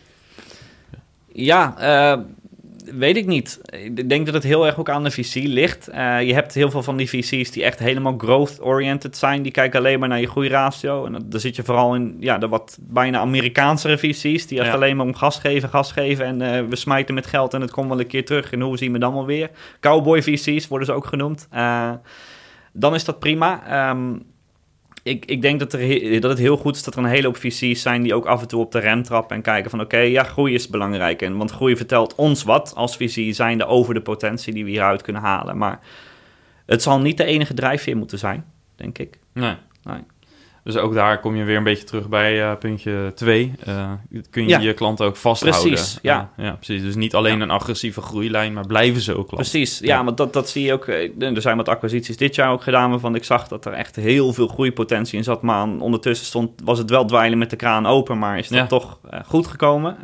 Weet ik niet. Ik denk dat het heel erg ook aan de VC ligt. Je hebt heel veel van die VC's die echt helemaal growth-oriented zijn. Die kijken alleen maar naar je groeiratio. En dan zit je vooral in de wat bijna Amerikaansere VC's... die echt alleen maar om gas geven... en we smijten met geld en het komt wel een keer terug... en hoe zien we dan wel weer? Cowboy VC's worden ze ook genoemd. Dan is dat prima. Ik denk dat het heel goed is dat er een hele hoop VC's zijn... die ook af en toe op de rem trappen en kijken van... groei is belangrijk. Want groei vertelt ons wat als VC zijnde over de potentie... die we hieruit kunnen halen. Maar het zal niet de enige drijfveer moeten zijn, denk ik. Nee. Dus ook daar kom je weer een beetje terug bij puntje 2. Kun je je klanten ook vasthouden. Precies, precies. Dus niet alleen een agressieve groeilijn, maar blijven ze ook klanten. Precies, want dat zie je ook. Er zijn wat acquisities dit jaar ook gedaan... waarvan ik zag dat er echt heel veel groeipotentie in zat. Maar ondertussen was het wel dweilen met de kraan open... maar is dat toch goed gekomen.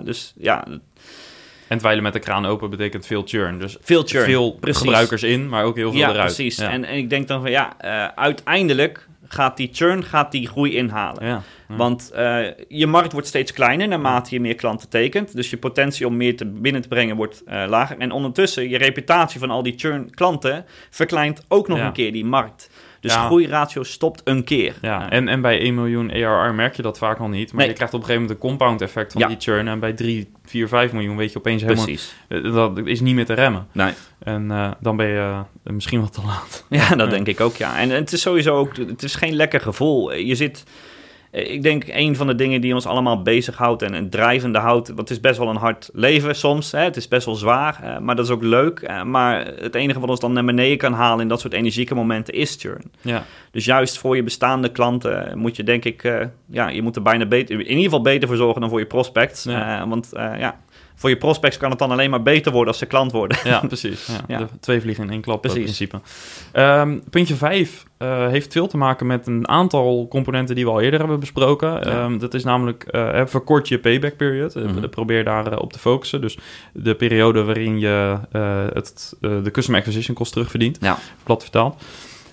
En dweilen met de kraan open betekent veel churn. Dus veel churn, veel gebruikers in, maar ook heel veel eruit. Precies. Ja. En ik denk dan van uiteindelijk... gaat die churn die groei inhalen. Ja. Want je markt wordt steeds kleiner naarmate je meer klanten tekent. Dus je potentie om meer binnen te brengen wordt lager. En ondertussen, je reputatie van al die churn klanten... verkleint ook nog een keer die markt. Dus groeiratio stopt een keer. Ja. En bij 1 miljoen ARR merk je dat vaak nog niet. Maar je krijgt op een gegeven moment een compound effect van die churn. En bij 3, 4, 5 miljoen weet je opeens helemaal... Precies. Dat is niet meer te remmen. Nee. En dan ben je misschien wat te laat. Ja, dat denk ik ook, En het is sowieso ook... Het is geen lekker gevoel. Je zit... Ik denk een van de dingen die ons allemaal bezighoudt en drijvende houdt... want het is best wel een hard leven soms. Het is best wel zwaar, maar dat is ook leuk. Maar het enige wat ons dan naar beneden kan halen... in dat soort energieke momenten is churn. Ja. Dus juist voor je bestaande klanten moet je denk ik... je moet er bijna beter... in ieder geval beter voor zorgen dan voor je prospects. Voor je prospects kan het dan alleen maar beter worden als ze klant worden. Ja, precies. Ja. De 2 vliegen in 1 klap in principe. Puntje 5 heeft veel te maken met een aantal componenten die we al eerder hebben besproken. Ja. Dat is namelijk verkort je payback period. Probeer daar op te focussen. Dus de periode waarin je de customer acquisition cost terugverdient. Ja. Plat vertaald.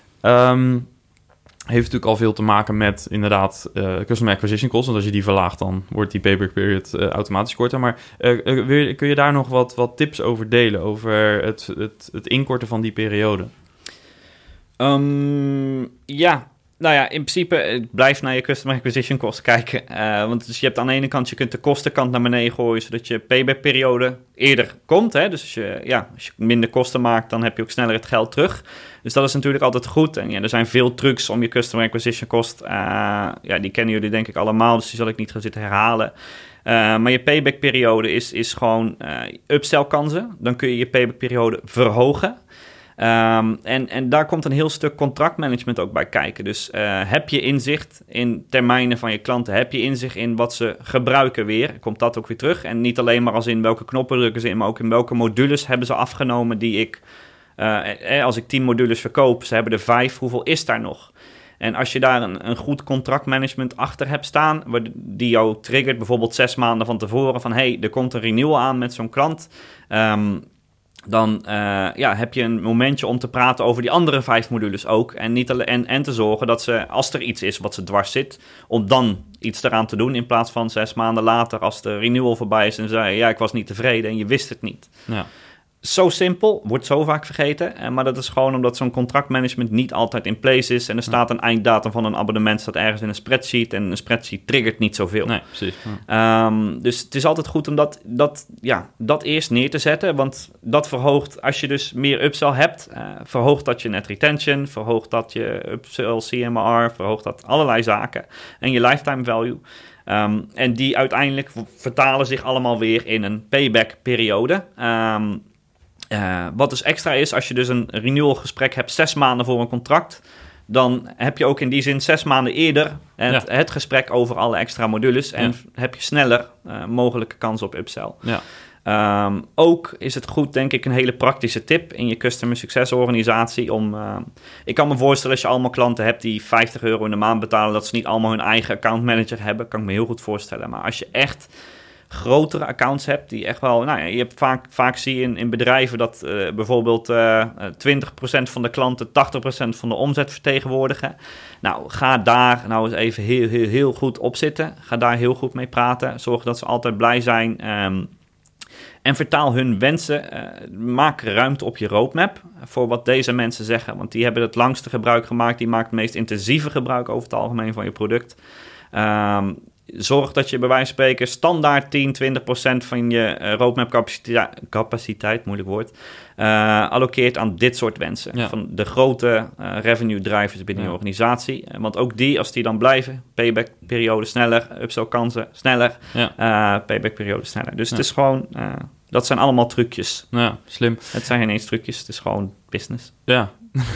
Heeft natuurlijk al veel te maken met inderdaad customer acquisition costs. Want als je die verlaagt, dan wordt die payback period automatisch korter. Maar kun je daar nog wat tips over delen? Over het inkorten van die periode? Nou ja, in principe blijf naar je customer acquisition kosten kijken. Want dus je hebt aan de ene kant, je kunt de kostenkant naar beneden gooien, zodat je payback-periode eerder komt. Hè? Dus als je minder kosten maakt, dan heb je ook sneller het geld terug. Dus dat is natuurlijk altijd goed. En ja, er zijn veel trucs om je customer acquisition kost. Die kennen jullie denk ik allemaal, dus die zal ik niet gaan zitten herhalen. Maar je payback-periode is gewoon upsell kansen. Dan kun je je payback-periode verhogen. En daar komt een heel stuk contractmanagement ook bij kijken. Dus heb je inzicht in termijnen van je klanten? Heb je inzicht in wat ze gebruiken weer? Komt dat ook weer terug? En niet alleen maar als in welke knoppen drukken ze in, maar ook in welke modules hebben ze afgenomen die ik... als ik 10 modules verkoop, ze hebben er 5, hoeveel is daar nog? En als je daar een goed contractmanagement achter hebt staan, die jou triggert bijvoorbeeld 6 maanden van tevoren van er komt een renewal aan met zo'n klant... Dan heb je een momentje om te praten over die andere 5 modules ook. En te zorgen dat ze, als er iets is wat ze dwars zit, om dan iets eraan te doen. In plaats van 6 maanden later, als de renewal voorbij is en zei, ik was niet tevreden en je wist het niet. Ja. Zo simpel, wordt zo vaak vergeten. Maar dat is gewoon omdat zo'n contractmanagement niet altijd in place is. En er staat een einddatum van een abonnement, staat ergens in een spreadsheet. En een spreadsheet triggert niet zoveel. Nee, precies. Dus het is altijd goed om dat eerst neer te zetten. Want dat verhoogt, als je dus meer upsell hebt, verhoogt dat je net retention, verhoogt dat je upsell CMR, verhoogt dat allerlei zaken. En je lifetime value. En die uiteindelijk vertalen zich allemaal weer in een payback periode. Wat dus extra is, als je dus een renewal gesprek hebt 6 maanden voor een contract, dan heb je ook in die zin 6 maanden eerder het gesprek over alle extra modules en heb je sneller mogelijke kans op upsell. Ja. Ook is het goed, denk ik, een hele praktische tip in je customer success organisatie om... ik kan me voorstellen als je allemaal klanten hebt die €50 in de maand betalen, dat ze niet allemaal hun eigen accountmanager hebben, kan ik me heel goed voorstellen. Maar als je echt grotere accounts hebt, die echt wel... je hebt vaak zie je in bedrijven dat bijvoorbeeld 20% van de klanten 80% van de omzet vertegenwoordigen. Nou, ga daar nou eens even heel goed op zitten. Ga daar heel goed mee praten. Zorg dat ze altijd blij zijn. En vertaal hun wensen. Maak ruimte op je roadmap voor wat deze mensen zeggen. Want die hebben het langste gebruik gemaakt. Die maken het meest intensieve gebruik over het algemeen van je product. Zorg dat je bij wijze van spreken standaard 10-20% van je roadmap capaciteit, moeilijk woord, allokeert aan dit soort wensen. Ja. Van de grote revenue drivers binnen je organisatie. Want ook als die dan blijven, payback periode sneller, upsell kansen sneller, payback periode sneller. Dus het is gewoon, dat zijn allemaal trucjes. Ja, slim. Het zijn geen eens trucjes, het is gewoon business. Ja.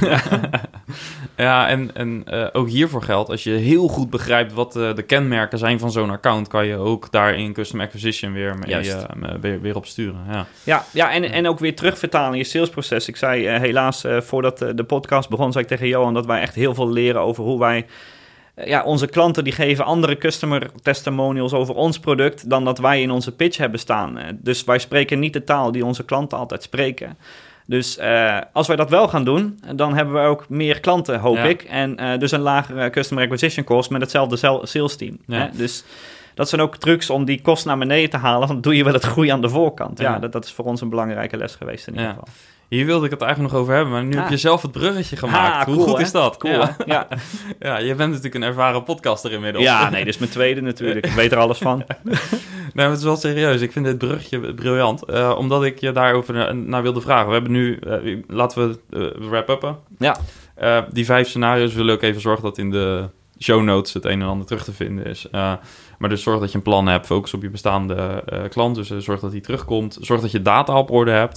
Ja, en ook hiervoor geldt, als je heel goed begrijpt wat de kenmerken zijn van zo'n account, kan je ook daar in custom acquisition weer op sturen. En ook weer terugvertalen in je salesproces. Ik zei helaas, voordat de podcast begon, zei ik tegen Johan dat wij echt heel veel leren over hoe wij... onze klanten die geven andere customer testimonials over ons product dan dat wij in onze pitch hebben staan. Dus wij spreken niet de taal die onze klanten altijd spreken. Dus als wij dat wel gaan doen, dan hebben we ook meer klanten, hoop ik. En dus een lagere customer acquisition cost met hetzelfde sales team. Ja. Hè? Dus dat zijn ook trucs om die kost naar beneden te halen. Want doe je wel het groei aan de voorkant. Ja, dat is voor ons een belangrijke les geweest in ieder geval. Hier wilde ik het eigenlijk nog over hebben, maar nu heb je zelf het bruggetje gemaakt. Hoe goed is dat? Cool, ja, je bent natuurlijk een ervaren podcaster inmiddels. Ja, nee, dit is mijn tweede natuurlijk. Ik weet er alles van. Nee, maar het is wel serieus. Ik vind dit bruggetje briljant. Omdat ik je daarover naar wilde vragen. We hebben nu, laten we wrap-uppen. Ja. Die 5 scenario's willen ook even zorgen dat in de show notes het een en ander terug te vinden is. Maar dus zorg dat je een plan hebt. Focus op je bestaande klant. Dus zorg dat die terugkomt. Zorg dat je data op orde hebt.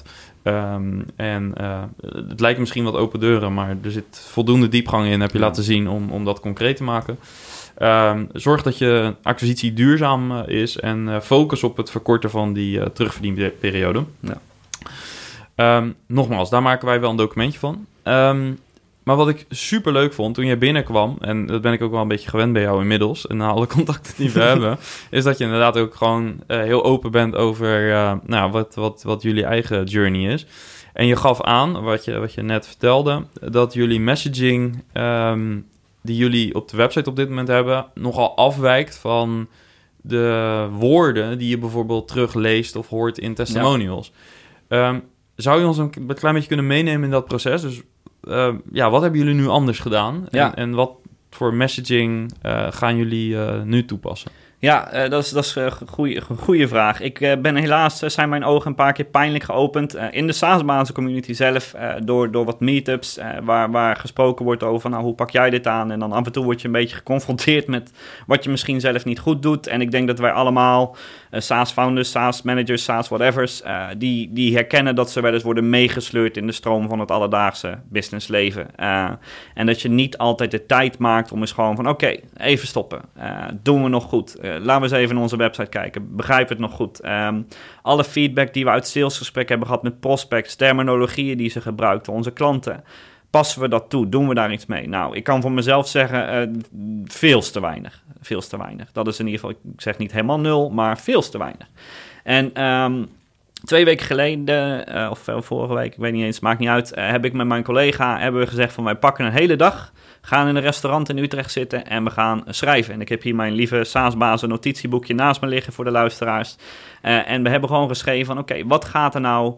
Het lijkt misschien wat open deuren, maar er zit voldoende diepgang in, heb je laten zien om dat concreet te maken. Zorg dat je acquisitie duurzaam is en focus op het verkorten van die terugverdienperiode. Nogmaals, daar maken wij wel een documentje van. Maar wat ik super leuk vond toen jij binnenkwam, en dat ben ik ook wel een beetje gewend bij jou inmiddels, en na alle contacten die we hebben, is dat je inderdaad ook gewoon heel open bent over wat jullie eigen journey is. En je gaf aan, wat je net vertelde, dat jullie messaging die jullie op de website op dit moment hebben, nogal afwijkt van de woorden die je bijvoorbeeld terugleest of hoort in testimonials. Ja. Zou je ons een klein beetje kunnen meenemen in dat proces? Dus wat hebben jullie nu anders gedaan? En wat voor messaging gaan jullie nu toepassen? Ja, dat is een goede vraag. Helaas zijn mijn ogen een paar keer pijnlijk geopend in de SaaS-bazen community zelf, door wat meetups waar gesproken wordt over, nou, hoe pak jij dit aan? En dan af en toe word je een beetje geconfronteerd met wat je misschien zelf niet goed doet. En ik denk dat wij allemaal, SaaS-founders, SaaS-managers, SaaS-whatevers, die herkennen dat ze wel eens worden meegesleurd in de stroom van het alledaagse businessleven. En dat je niet altijd de tijd maakt om eens gewoon van, oké, even stoppen. Doen we nog goed? Laten we eens even naar onze website kijken. Begrijp het nog goed? Alle feedback die we uit salesgesprekken hebben gehad met prospects, terminologieën die ze gebruikten, onze klanten. Passen we dat toe? Doen we daar iets mee? Nou, ik kan voor mezelf zeggen, veel te weinig. Veel te weinig. Dat is in ieder geval, ik zeg niet helemaal 0, maar veel te weinig. En 2 weken geleden, of vorige week, ik weet niet eens, maakt niet uit, heb ik met mijn collega hebben we gezegd van wij pakken een hele dag, gaan in een restaurant in Utrecht zitten en we gaan schrijven. En ik heb hier mijn lieve SaaS-bazen notitieboekje naast me liggen voor de luisteraars. En we hebben gewoon geschreven van oké, wat gaat er nou...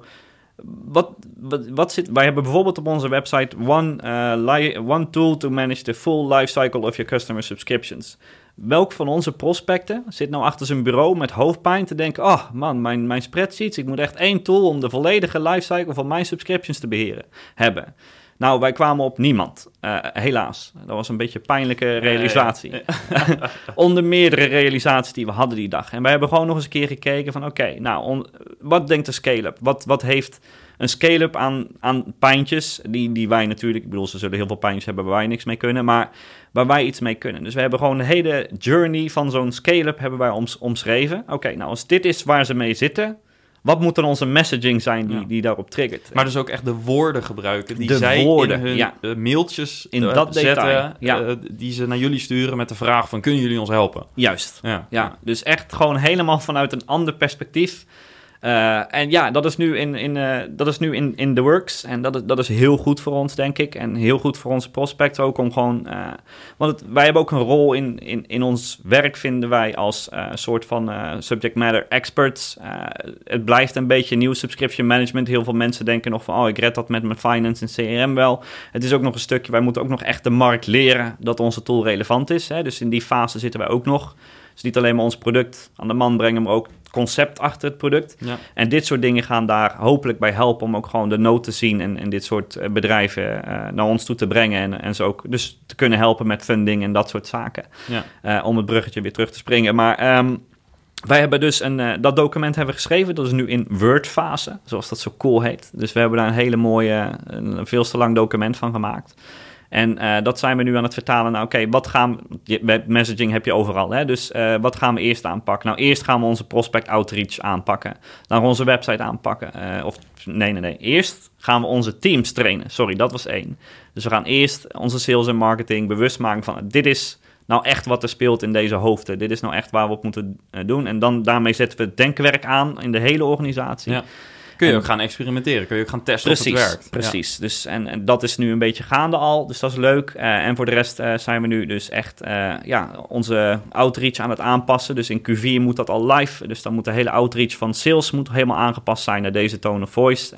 Wat zit... Wij hebben bijvoorbeeld op onze website one tool to manage the full lifecycle of your customer subscriptions. Welk van onze prospecten zit nou achter zijn bureau met hoofdpijn te denken, oh man, mijn spreadsheets, ik moet echt 1 tool om de volledige lifecycle van mijn subscriptions te hebben. Nou, wij kwamen op niemand, helaas. Dat was een beetje een pijnlijke realisatie. Onder meerdere realisaties die we hadden die dag. En wij hebben gewoon nog eens een keer gekeken van oké, nou, wat denkt de scale-up? Wat heeft een scale-up aan pijntjes, die wij natuurlijk, ik bedoel, ze zullen heel veel pijntjes hebben waar wij niks mee kunnen, maar waar wij iets mee kunnen. Dus we hebben gewoon de hele journey van zo'n scale-up hebben wij omschreven. Oké, nou, als dit is waar ze mee zitten, wat moet dan onze messaging zijn die daarop triggert? Maar dus ook echt de woorden gebruiken die zij in hun mailtjes in dat zetten, die ze naar jullie sturen met de vraag van, kunnen jullie ons helpen? Juist, ja. Dus echt gewoon helemaal vanuit een ander perspectief. En ja, dat is nu in the works. En dat is heel goed voor ons, denk ik. En heel goed voor onze prospects ook om gewoon... want wij hebben ook een rol in ons werk, vinden wij, als soort van subject matter experts. Het blijft een beetje nieuw subscription management. Heel veel mensen denken nog van, oh, ik red dat met mijn finance en CRM wel. Het is ook nog een stukje, wij moeten ook nog echt de markt leren dat onze tool relevant is. Hè? Dus in die fase zitten wij ook nog. Dus niet alleen maar ons product aan de man brengen, maar ook het concept achter het product. Ja. En dit soort dingen gaan daar hopelijk bij helpen om ook gewoon de nood te zien en dit soort bedrijven naar ons toe te brengen. En ze ook dus te kunnen helpen met funding en dat soort zaken. Ja. Om het bruggetje weer terug te springen. Maar wij hebben dus dat document hebben we geschreven. Dat is nu in Word-fase, zoals dat zo cool heet. Dus we hebben daar een hele mooie, een veel te lang document van gemaakt. En dat zijn we nu aan het vertalen. Nou, oké, messaging heb je overal, hè? Dus wat gaan we eerst aanpakken? Nou, eerst gaan we onze prospect outreach aanpakken. Naar onze website aanpakken. Nee. Eerst gaan we onze teams trainen. Sorry, dat was 1. Dus we gaan eerst onze sales en marketing bewust maken van, dit is nou echt wat er speelt in deze hoofden. Dit is nou echt waar we op moeten doen. En dan daarmee zetten we het denkwerk aan in de hele organisatie. Ja. Kun je ook gaan experimenteren, kun je ook gaan testen of het werkt. Precies, ja. Dus, en dat is nu een beetje gaande al, dus dat is leuk. En voor de rest zijn we nu dus echt onze outreach aan het aanpassen. Dus in Q4 moet dat al live, dus dan moet de hele outreach van sales moet helemaal aangepast zijn naar deze tone of voice.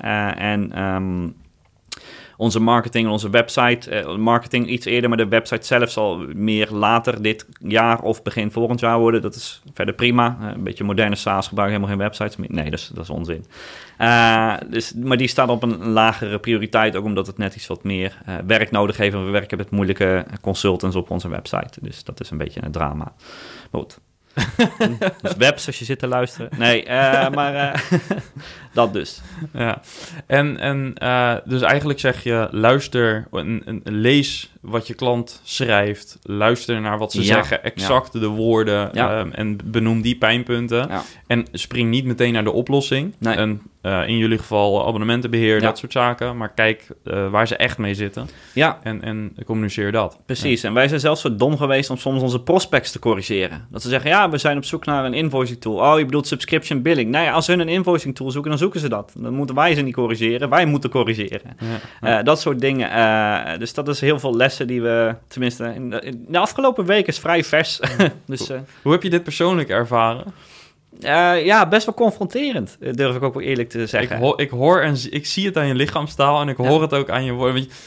Onze marketing en onze website, marketing iets eerder, maar de website zelf zal meer later dit jaar of begin volgend jaar worden. Dat is verder prima. Een beetje moderne SaaS gebruiken helemaal geen websites meer. Nee, dat is onzin. Maar die staat op een lagere prioriteit, ook omdat het net iets wat meer werk nodig heeft. En we werken met moeilijke consultants op onze website. Dus dat is een beetje een drama. Maar goed. Dus webs als je zit te luisteren. Nee, maar dat dus. Ja. En dus eigenlijk zeg je, luister, lees wat je klant schrijft. Luister naar wat ze zeggen, exact de woorden en benoem die pijnpunten. Ja. En spring niet meteen naar de oplossing. Nee. En in jullie geval abonnementenbeheer, dat soort zaken. Maar kijk waar ze echt mee zitten. Ja. En communiceer dat. Precies. Ja. En wij zijn zelfs zo dom geweest om soms onze prospects te corrigeren. Dat ze zeggen, ja, we zijn op zoek naar een invoicing tool. Oh, je bedoelt subscription billing. Nou ja, als hun een invoicing tool zoeken, dan zoeken ze dat. Dan moeten wij ze niet corrigeren. Wij moeten corrigeren. Ja. Dat soort dingen. Dus dat is heel veel lessen die we, tenminste, in de afgelopen week is vrij vers. Dus, hoe heb je dit persoonlijk ervaren? Best wel confronterend, durf ik ook wel eerlijk te zeggen. Ik hoor en ik zie het aan je lichaamstaal en ik hoor het ook aan je woorden.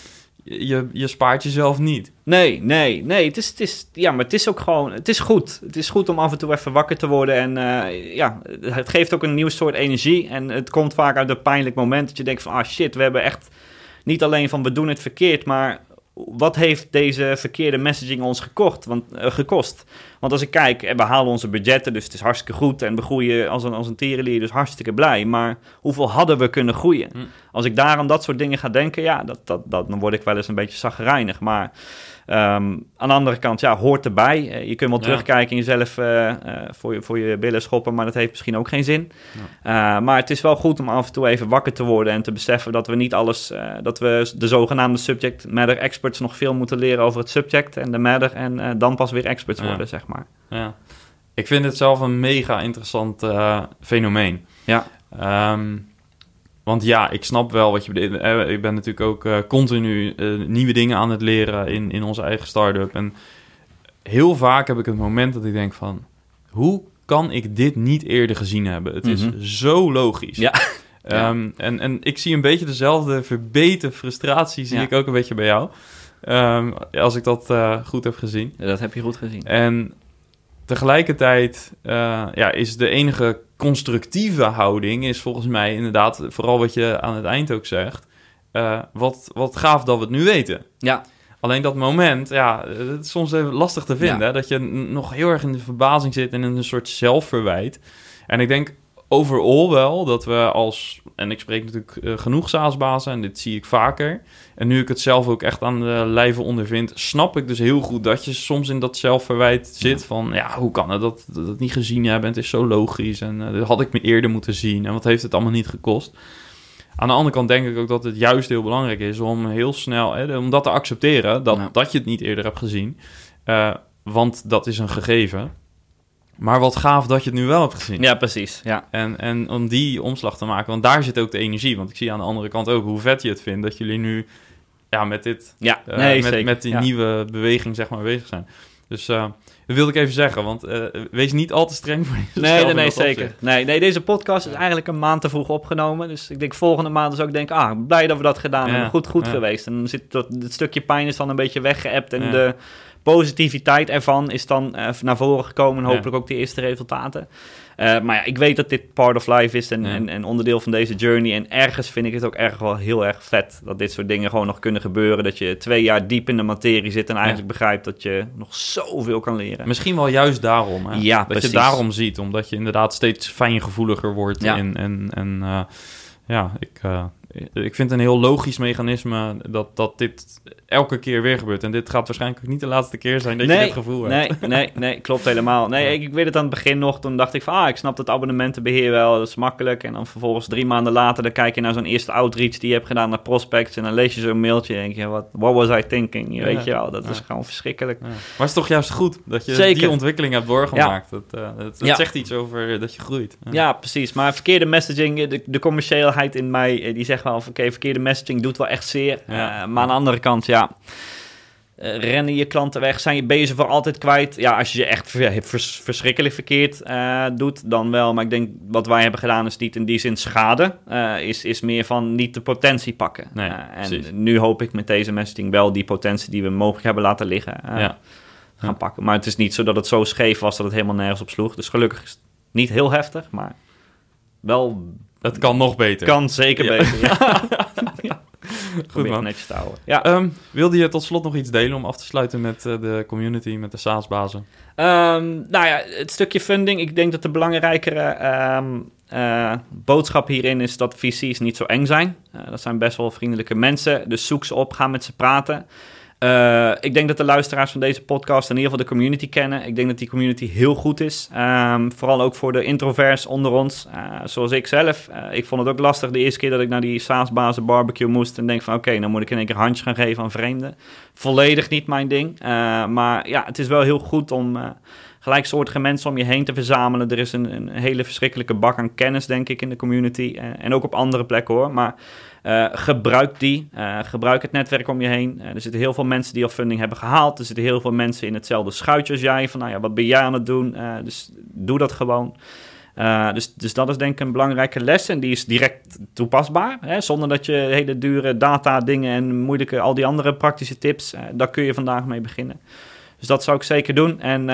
je spaart jezelf niet. Nee. Maar het is ook gewoon... Het is goed. Het is goed om af en toe even wakker te worden. En het geeft ook een nieuw soort energie. En het komt vaak uit een pijnlijk moment dat je denkt van... shit, we hebben echt niet alleen van we doen het verkeerd, maar... Wat heeft deze verkeerde messaging ons gekost? Want als ik kijk, we halen onze budgetten, dus het is hartstikke goed. En we groeien als een tierenlier, dus hartstikke blij. Maar hoeveel hadden we kunnen groeien? Als ik daar aan dat soort dingen ga denken, dan word ik wel eens een beetje chagrijnig. Maar aan de andere kant, hoort erbij. Je kunt wel terugkijken en jezelf voor je billen schoppen, maar dat heeft misschien ook geen zin. Maar het is wel goed om af en toe even wakker te worden en te beseffen dat we niet alles, dat we de zogenaamde subject matter experts nog veel moeten leren over het subject en de matter en dan pas weer experts worden, zeg maar. Ja. Ik vind het zelf een mega interessant fenomeen. Ja. Want ik snap wel wat je bedoelt. Ik ben natuurlijk ook continu nieuwe dingen aan het leren in onze eigen start-up. En heel vaak heb ik het moment dat ik denk van... Hoe kan ik dit niet eerder gezien hebben? Het is zo logisch. Ja. En ik zie een beetje dezelfde verbeten frustratie zie ik ook een beetje bij jou. Als ik dat goed heb gezien. Ja, dat heb je goed gezien. En tegelijkertijd is de enige constructieve houding... is volgens mij inderdaad, vooral wat je aan het eind ook zegt... wat gaaf dat we het nu weten. Ja. Alleen dat moment, het is soms even lastig te vinden. Hè? Dat je nog heel erg in de verbazing zit en in een soort zelfverwijt. En ik denk overal wel dat we als... En ik spreek natuurlijk genoeg SaaS-bazen en dit zie ik vaker. En nu ik het zelf ook echt aan de lijve ondervind... snap ik dus heel goed dat je soms in dat zelfverwijt zit van... hoe kan het dat het niet gezien hebben? Het is zo logisch en dat had ik me eerder moeten zien. En wat heeft het allemaal niet gekost? Aan de andere kant denk ik ook dat het juist heel belangrijk is... om heel snel, om dat te accepteren... dat je het niet eerder hebt gezien. Want dat is een gegeven... Maar wat gaaf dat je het nu wel hebt gezien. Ja, precies. Ja. En om die omslag te maken, want daar zit ook de energie. Want ik zie aan de andere kant ook hoe vet je het vindt... dat jullie nu met dit... met die nieuwe beweging zeg maar bezig zijn. Dus dat wilde ik even zeggen, want wees niet al te streng voor jezelf. Nee, zeker. Nee, deze podcast is eigenlijk een maand te vroeg opgenomen. Dus ik denk volgende maand dus ook denk blij dat we dat gedaan hebben. Goed geweest. En dan zit het stukje pijn is dan een beetje weggeëpt en de... positiviteit ervan is dan naar voren gekomen en hopelijk ook de eerste resultaten. Maar ik weet dat dit part of life is en onderdeel van deze journey. En ergens vind ik het ook echt wel heel erg vet dat dit soort dingen gewoon nog kunnen gebeuren. Dat je 2 jaar diep in de materie zit en eigenlijk begrijpt dat je nog zoveel kan leren. Misschien wel juist daarom. Hè? Ja, dat precies. Je daarom ziet, omdat je inderdaad steeds fijngevoeliger wordt. Ik vind het een heel logisch mechanisme dat dit elke keer weer gebeurt. En dit gaat waarschijnlijk ook niet de laatste keer zijn dat je dit gevoel hebt. Nee, klopt helemaal. Nee, ik weet het aan het begin nog. Toen dacht ik van, ik snap het abonnementenbeheer wel. Dat is makkelijk. En dan vervolgens 3 maanden later, dan kijk je naar zo'n eerste outreach die je hebt gedaan naar prospects. En dan lees je zo'n mailtje en denk je, what was I thinking? Weet je wel, dat is gewoon verschrikkelijk. Ja. Maar het is toch juist goed dat je die ontwikkeling hebt doorgemaakt. Dat zegt iets over dat je groeit. Ja, precies. Maar verkeerde messaging, de commerciëelheid in mij, die zegt wel van, verkeerde messaging doet wel echt zeer. Maar aan de andere kant, rennen je klanten weg? Ben je ze voor altijd kwijt? Ja, als je je echt verschrikkelijk verkeerd doet, dan wel. Maar ik denk, wat wij hebben gedaan is niet in die zin schade. Is meer van niet de potentie pakken. Nee, en nu hoop ik met deze messaging wel die potentie die we mogelijk hebben laten liggen gaan pakken. Maar het is niet zo dat het zo scheef was dat het helemaal nergens op sloeg. Dus gelukkig is het niet heel heftig, maar wel... Het kan nog beter. Kan zeker beter, ja. Goed man. Netjes te houden. Ja. Wilde je tot slot nog iets delen om af te sluiten met de community, met de SaaS-bazen? Het stukje funding. Ik denk dat de belangrijkere boodschap hierin is dat VC's niet zo eng zijn. Dat zijn best wel vriendelijke mensen. Dus zoek ze op, ga met ze praten. Ik denk dat de luisteraars van deze podcast in ieder geval de community kennen. Ik denk dat die community heel goed is. Vooral ook voor de introverts onder ons. Zoals ik zelf. Ik vond het ook lastig de eerste keer dat ik naar die SaaS-bazen barbecue moest. En denk van oké, dan moet ik in één keer handjes gaan geven aan vreemden. Volledig niet mijn ding. Maar het is wel heel goed om gelijksoortige mensen om je heen te verzamelen. Er is een hele verschrikkelijke bak aan kennis, denk ik, in de community. En ook op andere plekken hoor. Maar gebruik die. Gebruik het netwerk om je heen. Er zitten heel veel mensen die al funding hebben gehaald. Er zitten heel veel mensen in hetzelfde schuitje als jij. Van wat ben jij aan het doen? Dus doe dat gewoon. Dus dat is denk ik een belangrijke les en die is direct toepasbaar. Hè? Zonder dat je hele dure data dingen en moeilijke, al die andere praktische tips, daar kun je vandaag mee beginnen. Dus dat zou ik zeker doen. En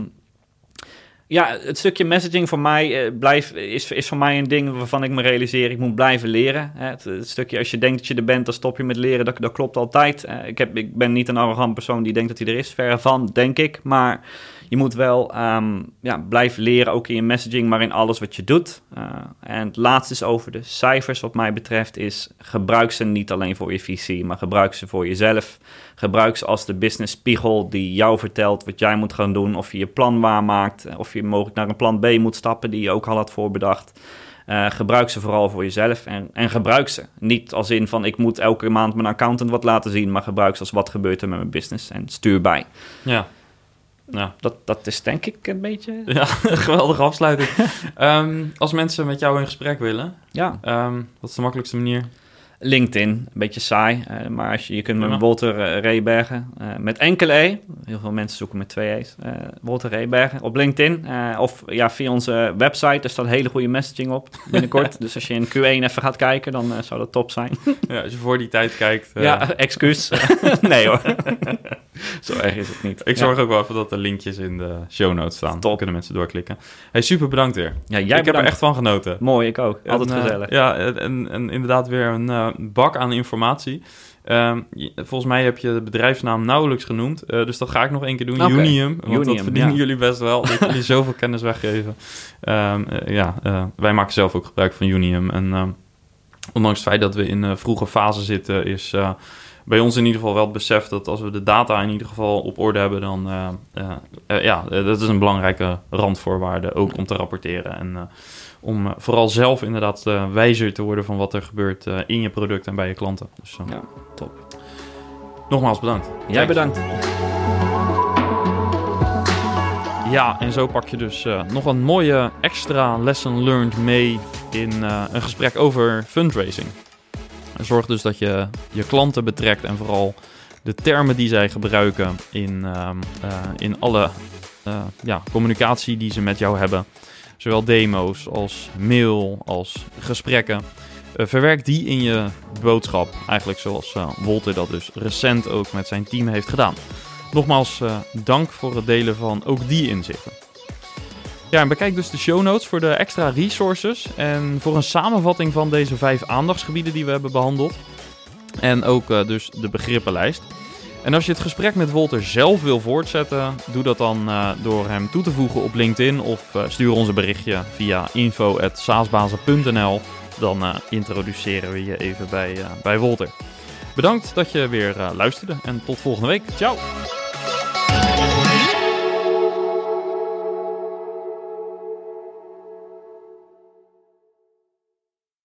het stukje messaging voor mij is voor mij een ding waarvan ik me realiseer, ik moet blijven leren. Het stukje, als je denkt dat je er bent, dan stop je met leren, dat klopt altijd. Ik ben niet een arrogant persoon die denkt dat hij er is, verre van, denk ik. Maar je moet wel blijven leren, ook in je messaging, maar in alles wat je doet. En het laatste is over de cijfers, wat mij betreft, is gebruik ze niet alleen voor je visie, maar gebruik ze voor jezelf. Gebruik ze als de business spiegel die jou vertelt wat jij moet gaan doen, of je je plan waarmaakt, of je mogelijk naar een plan B moet stappen die je ook al had voorbedacht. Gebruik ze vooral voor jezelf en gebruik ze. Niet als in van ik moet elke maand mijn accountant wat laten zien, maar gebruik ze als wat gebeurt er met mijn business en stuur bij. Ja. Dat is denk ik een beetje... Ja, een geweldige afsluiting. Als mensen met jou in gesprek willen, wat is de makkelijkste manier? LinkedIn, een beetje saai, maar je kunt met Wolter Reebergen, met enkele E, heel veel mensen zoeken met 2 E's, Wolter Reebergen op LinkedIn, of via onze website, er staat hele goede messaging op binnenkort, dus als je in Q1 even gaat kijken, dan zou dat top zijn. Ja, als je voor die tijd kijkt. Excuus. Nee hoor. Zo erg is het niet. Ik zorg ook wel even dat de linkjes in de show notes staan. Dan kunnen mensen doorklikken. Hey, super bedankt weer. Ja, ik heb er echt van genoten. Mooi, ik ook. Altijd gezellig. En inderdaad weer een bak aan informatie. Volgens mij heb je de bedrijfsnaam nauwelijks genoemd. Dus dat ga ik nog 1 keer doen. Okay. Unium. Want dat verdienen jullie best wel. Dat jullie zoveel kennis weggeven. Wij maken zelf ook gebruik van Unium. En ondanks het feit dat we in een vroege fase zitten, is bij ons in ieder geval wel het besef dat als we de data in ieder geval op orde hebben, dan dat is een belangrijke randvoorwaarde ook om te rapporteren. En om vooral zelf inderdaad wijzer te worden van wat er gebeurt in je product en bij je klanten. Dus, top. Nogmaals bedankt. Jij bedankt. Ja, en zo pak je dus nog een mooie extra lesson learned mee in een gesprek over fundraising. Zorg dus dat je je klanten betrekt en vooral de termen die zij gebruiken in alle communicatie die ze met jou hebben. Zowel demo's als mail als gesprekken. Verwerk die in je boodschap. Eigenlijk zoals Wolter dat dus recent ook met zijn team heeft gedaan. Nogmaals, dank voor het delen van ook die inzichten. Ja, en bekijk dus de show notes voor de extra resources en voor een samenvatting van deze 5 aandachtsgebieden die we hebben behandeld. En ook dus de begrippenlijst. En als je het gesprek met Wolter zelf wil voortzetten, doe dat dan door hem toe te voegen op LinkedIn of stuur ons een berichtje via info@saasbazen.nl. Dan introduceren we je even bij Wolter. Bedankt dat je weer luisterde en tot volgende week. Ciao!